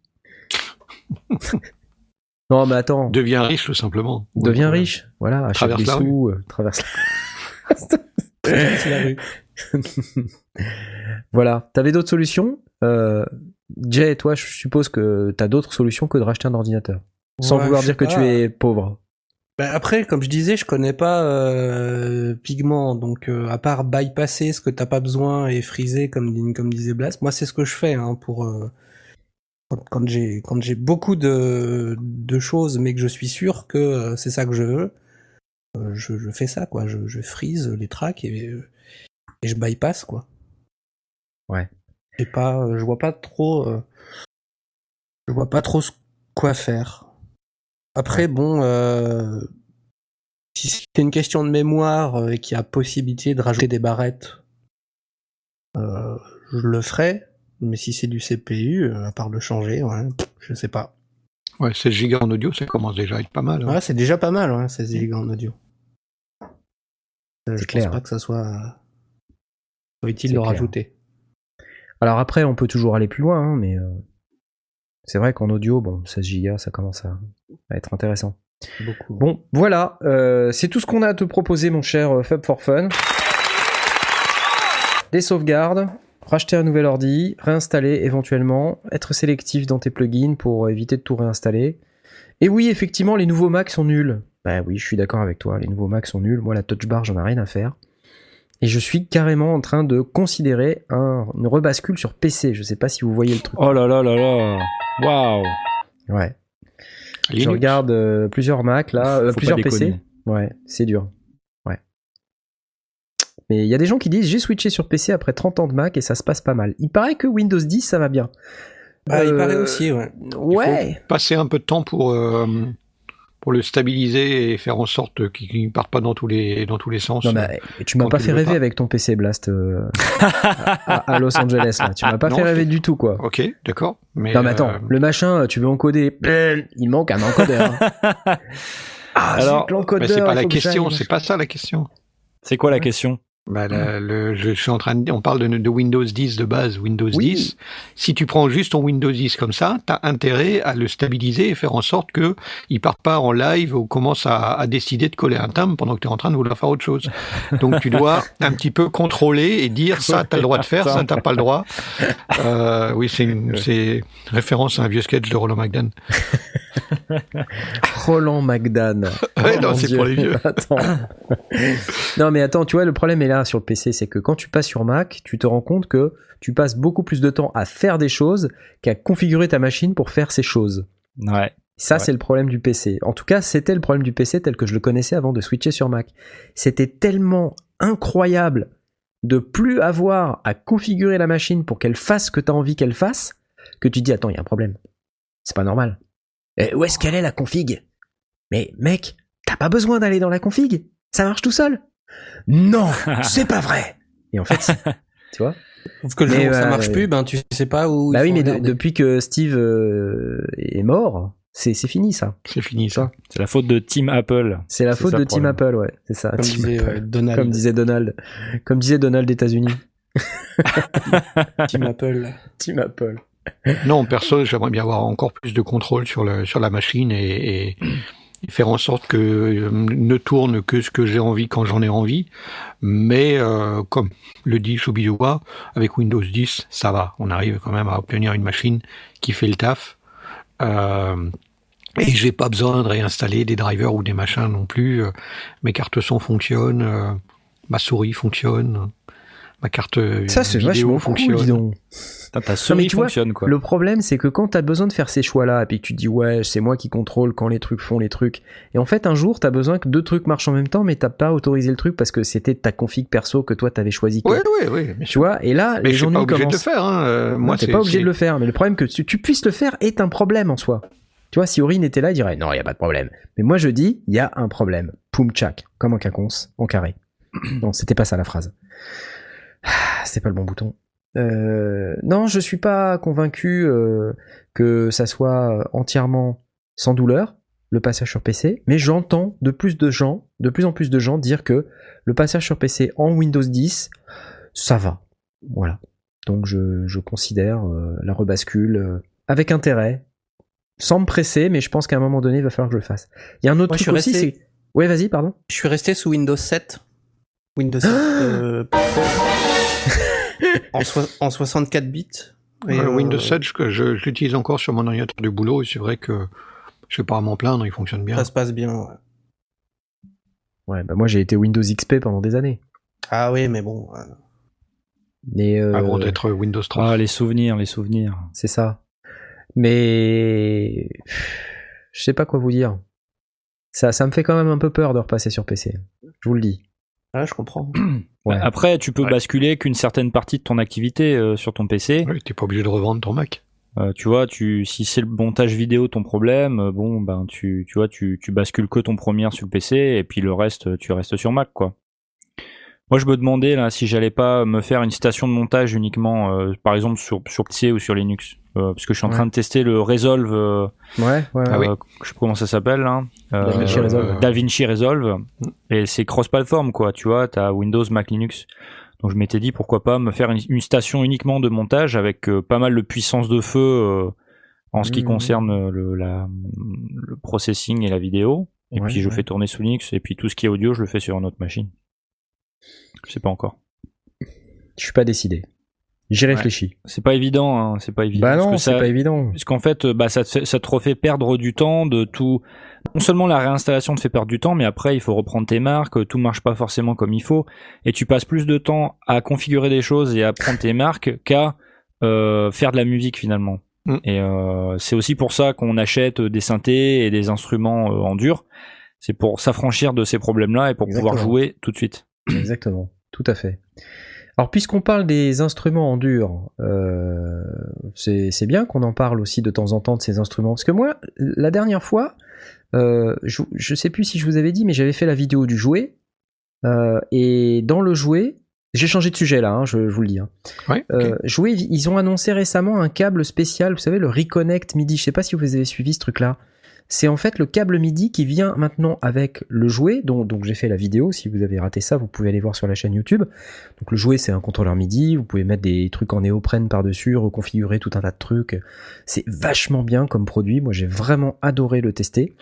Non, mais attends. Deviens riche, tout simplement. Deviens riche. Voilà, achète Traverse des la sous, traverse C'est la rue. Voilà. T'avais d'autres solutions Jay, toi, je suppose que t'as d'autres solutions que de racheter un ordinateur. Sans Ouais, vouloir je dire sais que tu pas. es pauvre. Bah après, comme je disais, je connais pas Pigment, donc à part bypasser ce que t'as pas besoin et friser comme disait Blast, moi c'est ce que je fais hein, pour quand j'ai beaucoup de choses mais que je suis sûr que c'est ça que je veux, je fais ça quoi, je freeze les tracks et je bypass quoi. Ouais. Je vois pas trop quoi faire. Après, bon, si c'est une question de mémoire et qu'il y a possibilité de rajouter des barrettes, je le ferai. Mais si c'est du CPU, à part le changer, ouais, je sais pas. Ouais, 16 gigas en audio, ça commence déjà à être pas mal. Hein. Ouais, c'est déjà pas mal, ouais, 16 Go en audio. Je clair. pense pas que ça soit utile C'est de le clair. rajouter. Alors après, on peut toujours aller plus loin, hein, mais c'est vrai qu'en audio, bon, 16 Go, ça commence à être intéressant. Beaucoup. Bon, voilà, c'est tout ce qu'on a à te proposer, mon cher Fab for Fun. Des sauvegardes, racheter un nouvel ordi, réinstaller éventuellement, être sélectif dans tes plugins pour éviter de tout réinstaller. Et oui, effectivement, les nouveaux Mac sont nuls. Bah oui, je suis d'accord avec toi, les nouveaux Mac sont nuls. Moi, la Touch Bar, j'en ai rien à faire. Et je suis carrément en train de considérer une rebascule sur PC. Je sais pas si vous voyez le truc. Oh là là là là. Waouh. Ouais. Je Linux. regarde plusieurs Mac là, Faut pas plusieurs PC. déconner. Ouais, c'est dur. Ouais. Mais il y a des gens qui disent j'ai switché sur PC après 30 ans de Mac et ça se passe pas mal. Il paraît que Windows 10 ça va bien. Ah, il paraît aussi, ouais. Ouais. Passer un peu de temps pour le stabiliser et faire en sorte qu'il ne parte pas dans tous les sens. Non mais tu m'as Quand pas tu fait le veux rêver pas. avec ton PC Blast à Los Angeles là. Tu m'as pas Non, fait rêver du tout quoi. Ok, d'accord. Mais, Non mais attends, le machin, tu veux encoder, il manque un encodeur. Ah, Alors, zut, l'encodeur, c'est pas il la faut que question, j'aille. c'est pas ça la question. C'est quoi la question? Bah, je suis en train de dire, on parle de Windows 10 de base, Windows Oui. 10. Si tu prends juste ton Windows 10 comme ça, t'as intérêt à le stabiliser et faire en sorte que il parte pas en live ou commence à décider de coller un timbre pendant que tu es en train de vouloir faire autre chose. Donc tu dois un petit peu contrôler et dire ça t'as le droit de faire, ça t'as pas le droit. Oui, c'est référence à un vieux sketch de Roland McDan. Roland McDan. Ouais, non, mon c'est Dieu. pour les vieux. Attends. Non mais attends, tu vois, le problème est là sur le PC, c'est que quand tu passes sur Mac, tu te rends compte que tu passes beaucoup plus de temps à faire des choses qu'à configurer ta machine pour faire ces choses. Ouais. Ça, Ouais. c'est le problème du PC. En tout cas, c'était le problème du PC tel que je le connaissais avant de switcher sur Mac. C'était tellement incroyable de plus avoir à configurer la machine pour qu'elle fasse ce que tu as envie qu'elle fasse, que tu te dis, attends, il y a un problème. C'est pas normal. Et où est-ce qu'elle est la config? Mais mec, t'as pas besoin d'aller dans la config. Ça marche tout seul. Non, c'est pas vrai. Et en fait, si. Tu vois? Sauf que le Mais, jour où ça marche ouais. plus, ben tu sais pas où. Bah il oui, faut mais regarder. depuis que Steve est mort, c'est fini ça. C'est fini ça. C'est la faute de Team Apple. C'est la C'est faute ça, de le Team problème. Apple, ouais. C'est ça. Comme Team disait Apple. Donald. Comme disait Donald. Comme disait Donald des États-Unis. Team Apple. Team Apple. Non, perso, j'aimerais bien avoir encore plus de contrôle sur la machine et faire en sorte que ne tourne que ce que j'ai envie quand j'en ai envie. Mais comme le dit Choubidoua, avec Windows 10, ça va. On arrive quand même à obtenir une machine qui fait le taf. Et j'ai pas besoin de réinstaller des drivers ou des machins non plus. Mes cartes son fonctionnent, ma souris fonctionne, ma carte Ça, c'est vidéo vachement fonctionne. cool, dis donc. Putain, ta mais souris tu vois, fonctionne, quoi. Le problème, c'est que quand t'as besoin de faire ces choix-là, et puis que tu te dis, ouais, c'est moi qui contrôle quand les trucs font les trucs, et en fait, un jour, t'as besoin que deux trucs marchent en même temps, mais t'as pas autorisé le truc parce que c'était ta config perso que toi, t'avais choisi. que. Oui, mais Tu vois, et là, mais les je suis pas ennuis obligé de le commencent. faire. Hein. Non, Moi, t'es c'est pas obligé c'est- de le faire, mais le problème que tu puisses le faire est un problème en soi. Tu vois, si Aurine était là, il dirait non, il y a pas de problème. Mais moi je dis, il y a un problème. Poum tchak, comme un quinconce en carré. Non, c'était pas ça la phrase. C'est pas le bon bouton. Non, je suis pas convaincu que ça soit entièrement sans douleur le passage sur PC, mais j'entends de plus en plus de gens dire que le passage sur PC en Windows 10, ça va. Voilà. Donc je considère la rebascule avec intérêt, sans me presser, mais je pense qu'à un moment donné, il va falloir que je le fasse. Il y a un autre truc aussi, c'est... Ouais, vas-y, pardon. Je suis resté sous Windows 7. Windows 7 en 64 bits. Et, Windows 7, je l'utilise encore sur mon ordinateur du boulot, et c'est vrai que je vais pas à m'en plaindre, il fonctionne bien. Ça se passe bien, ouais. Ouais, bah moi j'ai été Windows XP pendant des années. Ah oui, mais bon... Mais avant d'être Windows 3. Ah, les souvenirs. C'est ça. Mais je sais pas quoi vous dire. Ça me fait quand même un peu peur de repasser sur PC. Je vous le dis. Ah, je comprends. Ouais. Après, tu peux basculer qu'une certaine partie de ton activité sur ton PC. Oui, t'es pas obligé de revendre ton Mac. Tu vois, si c'est le montage vidéo ton problème, bon, ben tu bascules que ton Premiere sur le PC et puis le reste, tu restes sur Mac, quoi. Moi, je me demandais là si j'allais pas me faire une station de montage uniquement, par exemple sur PC ou sur Linux, parce que je suis en train de tester le Resolve. Ah oui. Je sais pas comment ça s'appelle là. DaVinci Resolve. DaVinci Resolve. Et c'est cross-platform, quoi. Tu vois, t'as Windows, Mac, Linux. Donc je m'étais dit pourquoi pas me faire une station uniquement de montage avec pas mal de puissance de feu en ce qui concerne le processing et la vidéo. Et puis je fais tourner sous Linux et puis tout ce qui est audio, je le fais sur une autre machine. Je sais pas encore. Je suis pas décidé. J'y réfléchis. C'est pas évident, hein. C'est pas évident. Bah non, c'est pas évident. Parce qu'en fait, ça te refait perdre du temps de tout. Non seulement la réinstallation te fait perdre du temps, mais après il faut reprendre tes marques, tout marche pas forcément comme il faut, et tu passes plus de temps à configurer des choses et à prendre tes marques qu'à faire de la musique finalement. Et c'est aussi pour ça qu'on achète des synthés et des instruments en dur. C'est pour s'affranchir de ces problèmes-là et pour pouvoir jouer tout de suite. Exactement, tout à fait. Alors puisqu'on parle des instruments en dur, c'est bien qu'on en parle aussi de temps en temps de ces instruments, parce que moi, la dernière fois, je sais plus si je vous avais dit, mais j'avais fait la vidéo du jouet, et dans le jouet, j'ai changé de sujet là, hein, je vous le dis. Hein. Ouais, okay. Jouet, ils ont annoncé récemment un câble spécial, vous savez, le Reconnect MIDI, je sais pas si vous avez suivi ce truc-là. C'est en fait le câble MIDI qui vient maintenant avec le jouet, donc j'ai fait la vidéo, si vous avez raté ça, vous pouvez aller voir sur la chaîne YouTube. Donc le jouet, c'est un contrôleur MIDI, vous pouvez mettre des trucs en néoprène par-dessus, reconfigurer tout un tas de trucs. C'est vachement bien comme produit, moi j'ai vraiment adoré le tester.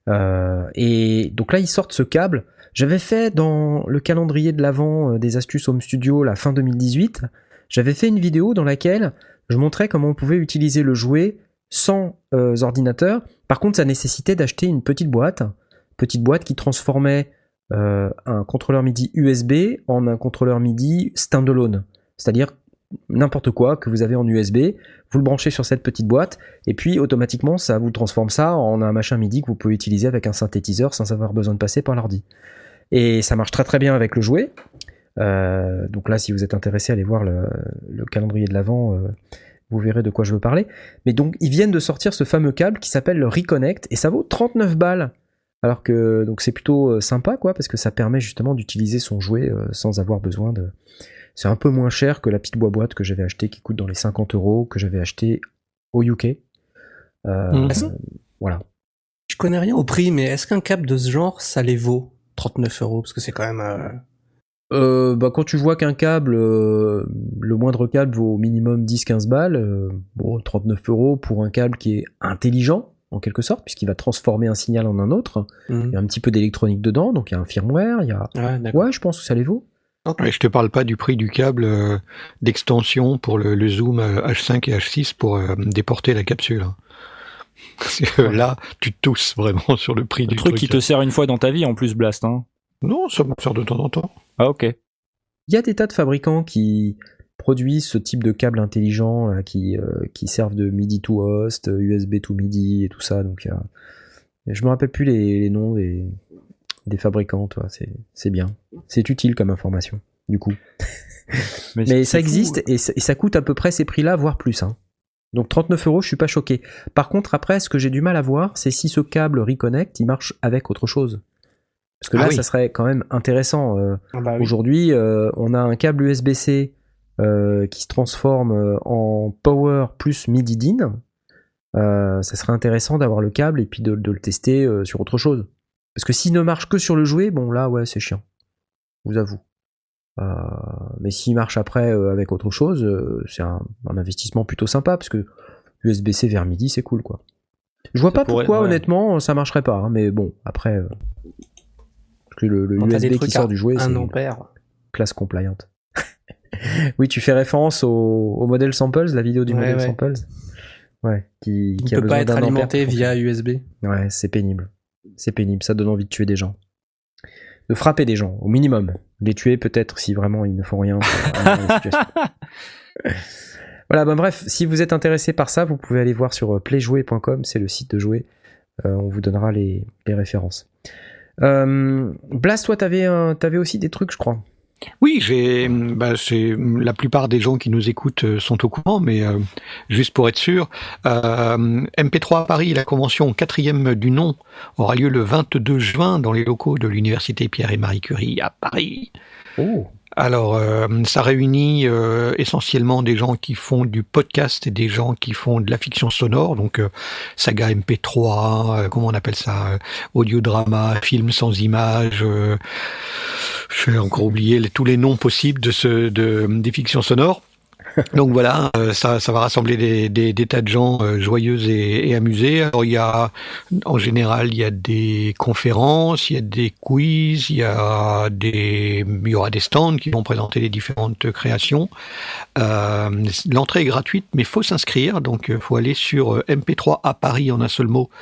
Et donc là, ils sortent ce câble. J'avais fait dans le calendrier de l'Avent des astuces Home Studio, la fin 2018, j'avais fait une vidéo dans laquelle je montrais comment on pouvait utiliser le jouet sans ordinateur. Par contre, ça nécessitait d'acheter une petite boîte qui transformait un contrôleur MIDI USB en un contrôleur MIDI standalone. C'est-à-dire n'importe quoi que vous avez en USB, vous le branchez sur cette petite boîte, et puis automatiquement, ça vous transforme ça en un machin MIDI que vous pouvez utiliser avec un synthétiseur sans avoir besoin de passer par l'ordi. Et ça marche très très bien avec le jouet. Donc là, si vous êtes intéressé, allez voir le calendrier de l'Avent, vous verrez de quoi je veux parler. Mais donc, ils viennent de sortir ce fameux câble qui s'appelle le Reconnect, et ça vaut 39 balles. Alors que donc c'est plutôt sympa, quoi, parce que ça permet justement d'utiliser son jouet sans avoir besoin de... C'est un peu moins cher que la petite boîte que j'avais acheté, qui coûte dans les 50 €, que j'avais acheté au UK. Voilà. Je connais rien au prix, mais est-ce qu'un câble de ce genre, ça les vaut 39 €? Parce que c'est quand même... quand tu vois qu'un câble, le moindre câble vaut au minimum 10-15 balles, 39 € pour un câble qui est intelligent, en quelque sorte, puisqu'il va transformer un signal en un autre. Il y a un petit peu d'électronique dedans, donc il y a un firmware, il y a... Ouais, je pense que ça les vaut. Okay. Ouais, je te parle pas du prix du câble d'extension pour le zoom H5 et H6 pour déporter la capsule. Parce que là, tu tousses vraiment sur le prix du truc. Le truc qui te sert une fois dans ta vie en plus, Blast, hein. Non, ça me sert de temps en temps. Ah, ok. Il y a des tas de fabricants qui produisent ce type de câbles intelligents là, qui servent de MIDI to host, USB to MIDI et tout ça. Donc je me rappelle plus les noms des fabricants, toi. C'est bien. C'est utile comme information, du coup. Mais ça existe et ça coûte à peu près ces prix-là, voire plus. Hein. Donc 39 €, je suis pas choqué. Par contre, après, ce que j'ai du mal à voir, c'est si ce câble Reconnect, il marche avec autre chose. Parce que là, oui. ça serait quand même intéressant. Ah bah oui. Aujourd'hui, on a un câble USB-C qui se transforme en Power plus MIDI DIN. Ça serait intéressant d'avoir le câble et puis de le tester sur autre chose. Parce que s'il ne marche que sur le jouet, bon là, ouais, c'est chiant. Je vous avoue. Mais s'il marche après avec autre chose, c'est un investissement plutôt sympa parce que USB-C vers MIDI, c'est cool quoi. Je vois Ça pas pourrait- pourquoi ouais. honnêtement ça marcherait pas, hein, mais bon après parce que le Quand t'as des USB qui trucs sort à du jouet, 1 c'est ampère. classe compliant. Oui, tu fais référence au modèle Samples, la vidéo du Ouais, modèle ouais. Samples. Ouais, qui Il a peut besoin pas être d'un ampère alimenté pour via USB. Ouais, c'est pénible. C'est pénible, ça donne envie de tuer des gens. De frapper des gens, au minimum. Les tuer peut-être si vraiment ils ne font rien pour améliorer la situation. Voilà, ben bref, si vous êtes intéressé par ça, vous pouvez aller voir sur playjouer.com, c'est le site de jouer. On vous donnera les références. Blast, toi, t'avais aussi des trucs, je crois. Oui, c'est la plupart des gens qui nous écoutent sont au courant, mais juste pour être sûr, MP3 à Paris, la convention 4e du nom, aura lieu le 22 juin dans les locaux de l'université Pierre et Marie Curie à Paris. Oh. Alors, ça réunit essentiellement des gens qui font du podcast et des gens qui font de la fiction sonore, donc saga MP3, comment on appelle ça, audiodrama, film sans images. J'ai encore oublié tous les noms possibles des fictions sonores. Donc voilà, ça va rassembler des tas de gens joyeux et amusés. Alors en général, il y a des conférences, il y a des quiz, il y aura des stands qui vont présenter les différentes créations. L'entrée est gratuite, mais faut s'inscrire. Donc, faut aller sur mp3 à Paris en un seul mot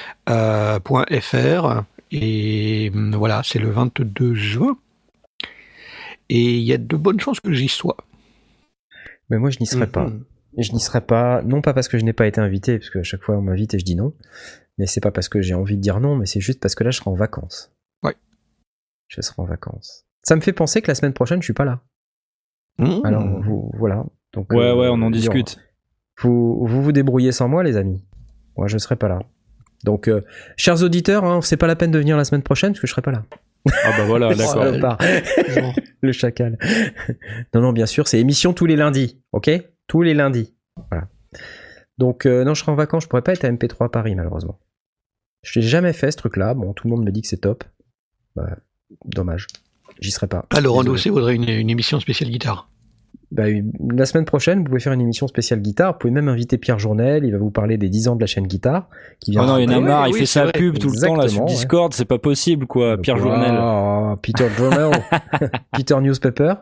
.fr et voilà, c'est le 22 juin. Et il y a de bonnes chances que j'y sois. Mais moi, je n'y serais pas. Et je n'y serais pas, non pas parce que je n'ai pas été invité, parce qu'à chaque fois on m'invite et je dis non, mais c'est pas parce que j'ai envie de dire non, mais c'est juste parce que là je serai en vacances. Ouais. Je serai en vacances. Ça me fait penser que la semaine prochaine je suis pas là. Alors voilà. Donc, Ouais, on en il y discute. aura- vous débrouillez sans moi, les amis. Moi, je serai pas là. Donc, chers auditeurs, hein, c'est pas la peine de venir la semaine prochaine parce que je serai pas là. Ah bah voilà, d'accord. Salopard. Le chacal. Non, bien sûr, c'est émission tous les lundis, ok? Tous les lundis. Voilà. Donc, non, je serai en vacances, je pourrais pas être à MP3 à Paris, malheureusement. Je l'ai jamais fait, ce truc-là. Bon, tout le monde me dit que c'est top. Bah, dommage. J'y serai pas. Ah, Laurent Désolé. Dossé voudrait une émission spéciale guitare. Bah, la semaine prochaine, vous pouvez faire une émission spéciale guitare. Vous pouvez même inviter Pierre Journel. Il va vous parler des 10 ans de la chaîne guitare. Qui Oh non, il y en a Ouais, marre, il oui, fait c'est sa vrai. pub tout le temps là sur Exactement, ouais. Discord, c'est pas possible quoi, Pierre Journel. Oh, Peter Journal. Peter Newspaper.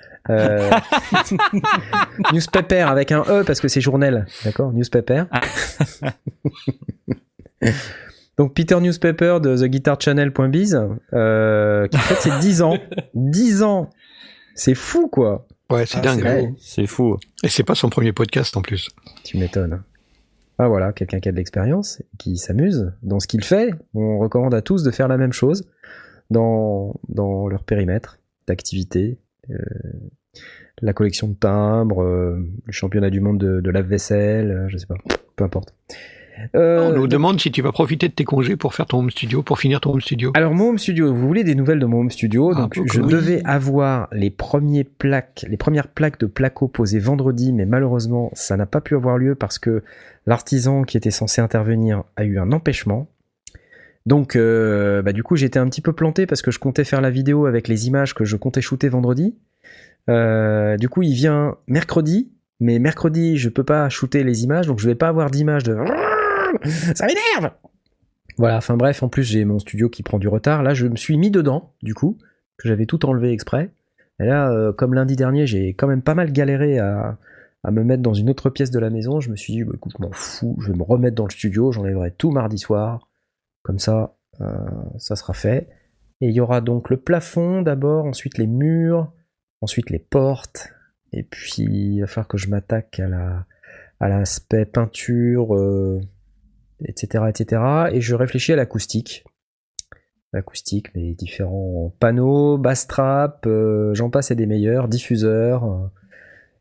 Newspaper avec un E parce que c'est journal. D'accord? Newspaper. Donc Peter Newspaper de TheGuitarChannel.biz qui fête ses 10 ans. 10 ans. C'est fou quoi. Ouais, c'est dingue. vrai. hein. C'est fou. Et c'est pas son premier podcast en plus. Tu m'étonnes. Ah voilà, quelqu'un qui a de l'expérience, qui s'amuse dans ce qu'il fait. On recommande à tous de faire la même chose dans leur périmètre d'activité. La collection de timbres, le championnat du monde de lave-vaisselle, je sais pas, peu importe. On nous demande si tu vas profiter de tes congés pour faire ton home studio, pour finir ton home studio. Alors mon home studio, vous voulez des nouvelles de mon home studio? Donc beaucoup, je oui. devais avoir les premières plaques de placo posées vendredi, mais malheureusement ça n'a pas pu avoir lieu parce que l'artisan qui était censé intervenir a eu un empêchement. Donc du coup j'étais un petit peu planté parce que je comptais faire la vidéo avec les images que je comptais shooter vendredi. Du coup il vient mercredi, mais mercredi je peux pas shooter les images, donc je vais pas avoir d'image de... Ça m'énerve! Voilà, enfin bref, en plus j'ai mon studio qui prend du retard. Là je me suis mis dedans, du coup, que j'avais tout enlevé exprès. Et là, comme lundi dernier, j'ai quand même pas mal galéré à me mettre dans une autre pièce de la maison. Je me suis dit, bah, écoute, je m'en fous, je vais me remettre dans le studio, j'enlèverai tout mardi soir. Comme ça, ça sera fait. Et il y aura donc le plafond d'abord, ensuite les murs, ensuite les portes. Et puis, il va falloir que je m'attaque à l'aspect peinture, etc., etc. Et je réfléchis à l'acoustique. L'acoustique, les différents panneaux, bass trap, j'en passe et des meilleurs, diffuseurs.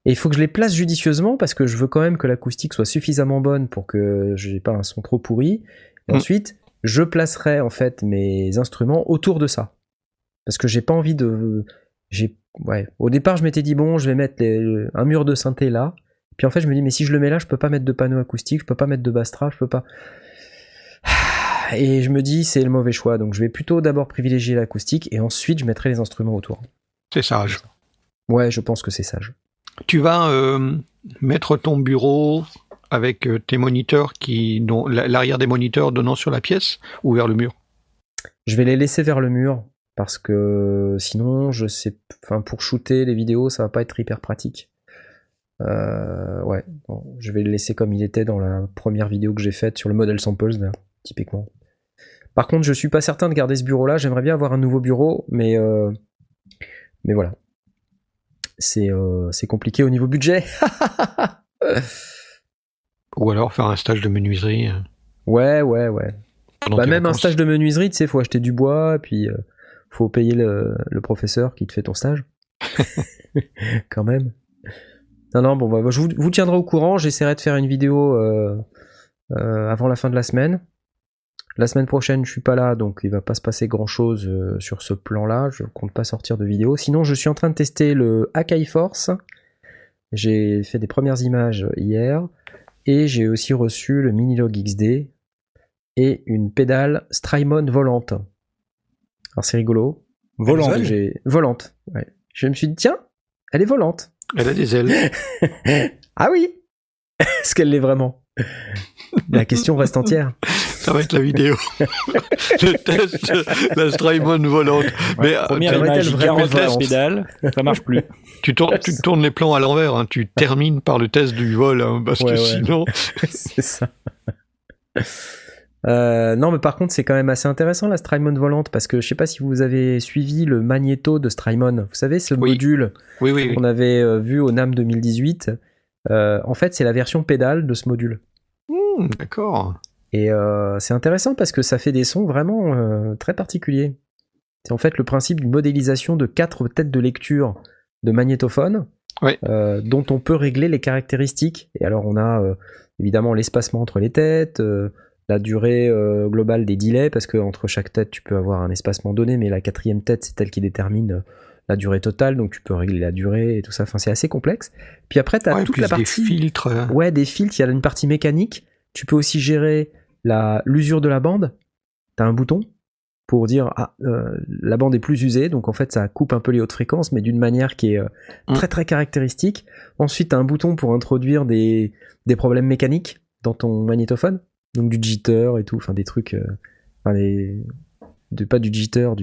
Et il faut que je les place judicieusement parce que je veux quand même que l'acoustique soit suffisamment bonne pour que j'ai pas un son trop pourri. Et ensuite, je placerai en fait mes instruments autour de ça. Parce que j'ai pas envie de... Au départ, je m'étais dit, bon, je vais mettre un mur de synthé là. Puis en fait, je me dis, mais si je le mets là, je peux pas mettre de panneau acoustique, je peux pas mettre de bass trap, je peux pas... Et je me dis, c'est le mauvais choix. Donc je vais plutôt d'abord privilégier l'acoustique et ensuite je mettrai les instruments autour. C'est sage. Ouais, je pense que c'est sage. Tu vas mettre ton bureau avec tes moniteurs dont l'arrière des moniteurs donnant sur la pièce ou vers le mur? Je vais les laisser vers le mur parce que sinon, pour shooter les vidéos, ça va pas être hyper pratique. Je vais le laisser comme il était dans la première vidéo que j'ai faite sur le model samples, là, typiquement. Par contre, je suis pas certain de garder ce bureau-là. J'aimerais bien avoir un nouveau bureau, mais voilà. C'est compliqué au niveau budget. Ou alors faire un stage de menuiserie. Ouais. Même un stage de... de menuiserie, tu sais, faut acheter du bois, puis faut payer le professeur qui te fait ton stage. Quand même. Non, bon, je vous tiendrai au courant. J'essaierai de faire une vidéo avant la fin de la semaine. La semaine prochaine, je suis pas là, donc il va pas se passer grand-chose sur ce plan-là. Je compte pas sortir de vidéo. Sinon, je suis en train de tester le Akai Force. J'ai fait des premières images hier. Et j'ai aussi reçu le Minilog XD et une pédale Strymon volante. Alors c'est rigolo. Volante. Volante, ouais. Je me suis dit, tiens, elle est volante. Elle a des ailes. Ah oui. Est-ce qu'elle l'est vraiment? La question reste entière. Ça va être la vidéo. Le test, la Strymon volante. Ouais, première image, 40 pédales, ça marche plus. Tu tournes les plans à l'envers, hein. Tu termines par le test du vol, hein, parce que sinon... C'est ça. Non, mais par contre, c'est quand même assez intéressant la Strymon volante, parce que je sais pas si vous avez suivi le magnéto de Strymon. Vous savez, ce module qu'on avait vu au NAMM 2018. En fait, c'est la version pédale de ce module. D'accord. Et c'est intéressant parce que ça fait des sons vraiment très particuliers. C'est en fait le principe d'une modélisation de 4 têtes de lecture de magnétophone dont on peut régler les caractéristiques. Et alors on a évidemment l'espacement entre les têtes, la durée globale des delays, parce qu'entre chaque tête tu peux avoir un espacement donné, mais la 4e tête c'est elle qui détermine la durée totale, donc tu peux régler la durée et tout ça. Enfin, c'est assez complexe. Puis après tu as toute la partie... des filtres. Ouais, des filtres, il y a une partie mécanique. Tu peux aussi gérer l'usure de la bande. Tu as un bouton pour dire la bande est plus usée, donc en fait ça coupe un peu les hautes fréquences, mais d'une manière qui est très très caractéristique. Ensuite tu as un bouton pour introduire des problèmes mécaniques dans ton magnétophone, donc du jitter et tout, enfin des trucs, pas du jitter,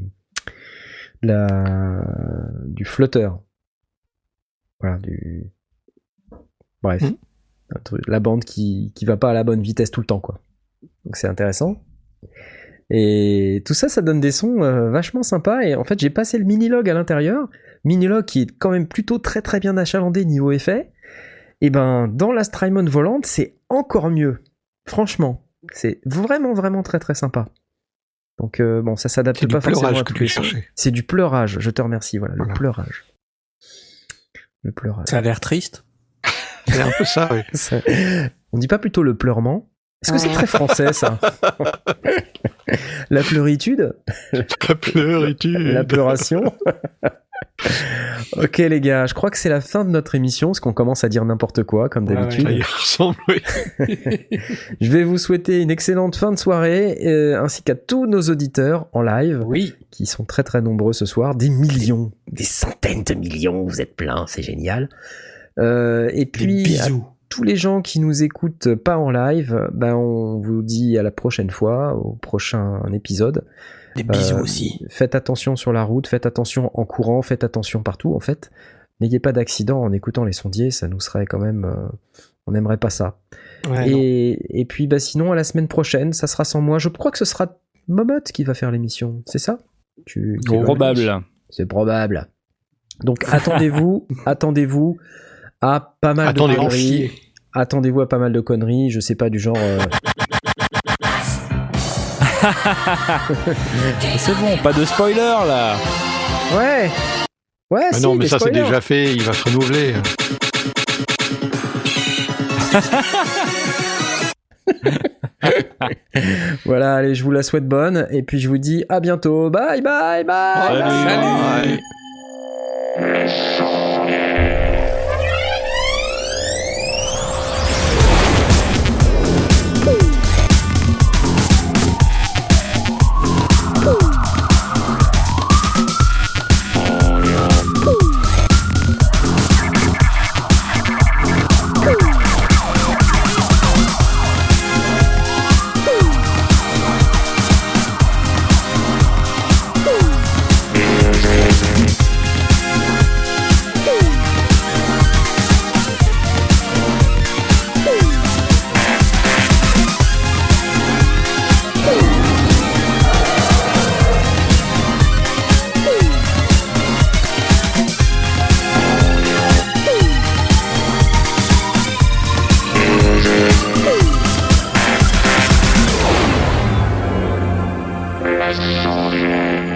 du flutter. Voilà, bref. La bande qui va pas à la bonne vitesse tout le temps, quoi. Donc c'est intéressant. Et tout ça, ça donne des sons vachement sympas. Et en fait, j'ai passé le Minilog à l'intérieur. Minilog qui est quand même plutôt très très bien achalandé niveau effet. Et ben, dans la Strymon volante, c'est encore mieux. Franchement, c'est vraiment vraiment très très sympa. Donc bon, ça s'adapte pas forcément à tous les sons. C'est du pleurage. Je te remercie. Voilà. Le pleurage. Ça a l'air triste. C'est un peu ça, oui. On dit pas plutôt le pleurement? Est-ce que c'est très français, ça? La pleuritude? La pleuritude. La pleuration. Ok, les gars, je crois que c'est la fin de notre émission, parce qu'on commence à dire n'importe quoi, comme d'habitude. Ça y ressemble, oui. Je vais vous souhaiter une excellente fin de soirée, ainsi qu'à tous nos auditeurs en live, qui sont très très nombreux ce soir, des millions, des centaines de millions, vous êtes pleins, c'est génial. Et puis à tous les gens qui nous écoutent pas en live, ben on vous dit à la prochaine fois, au prochain épisode. Des bisous aussi. Faites attention sur la route, faites attention en courant, faites attention partout en fait. N'ayez pas d'accident en écoutant les sondiers, ça nous serait quand même... on n'aimerait pas ça. Ouais, et puis bah, sinon à la semaine prochaine, ça sera sans moi. Je crois que ce sera Momot qui va faire l'émission, c'est ça? Probable. C'est probable. Donc attendez-vous à pas mal de conneries. Attendez-vous à pas mal de conneries, je sais pas, du genre... C'est bon, pas de spoiler là. Ouais, Ouais, Ah si, non, mais des ça c'est spoilers. déjà fait, il va se renouveler. Voilà, allez, je vous la souhaite bonne. Et puis je vous dis à bientôt. Bye, bye, bye. Salut. Let's go.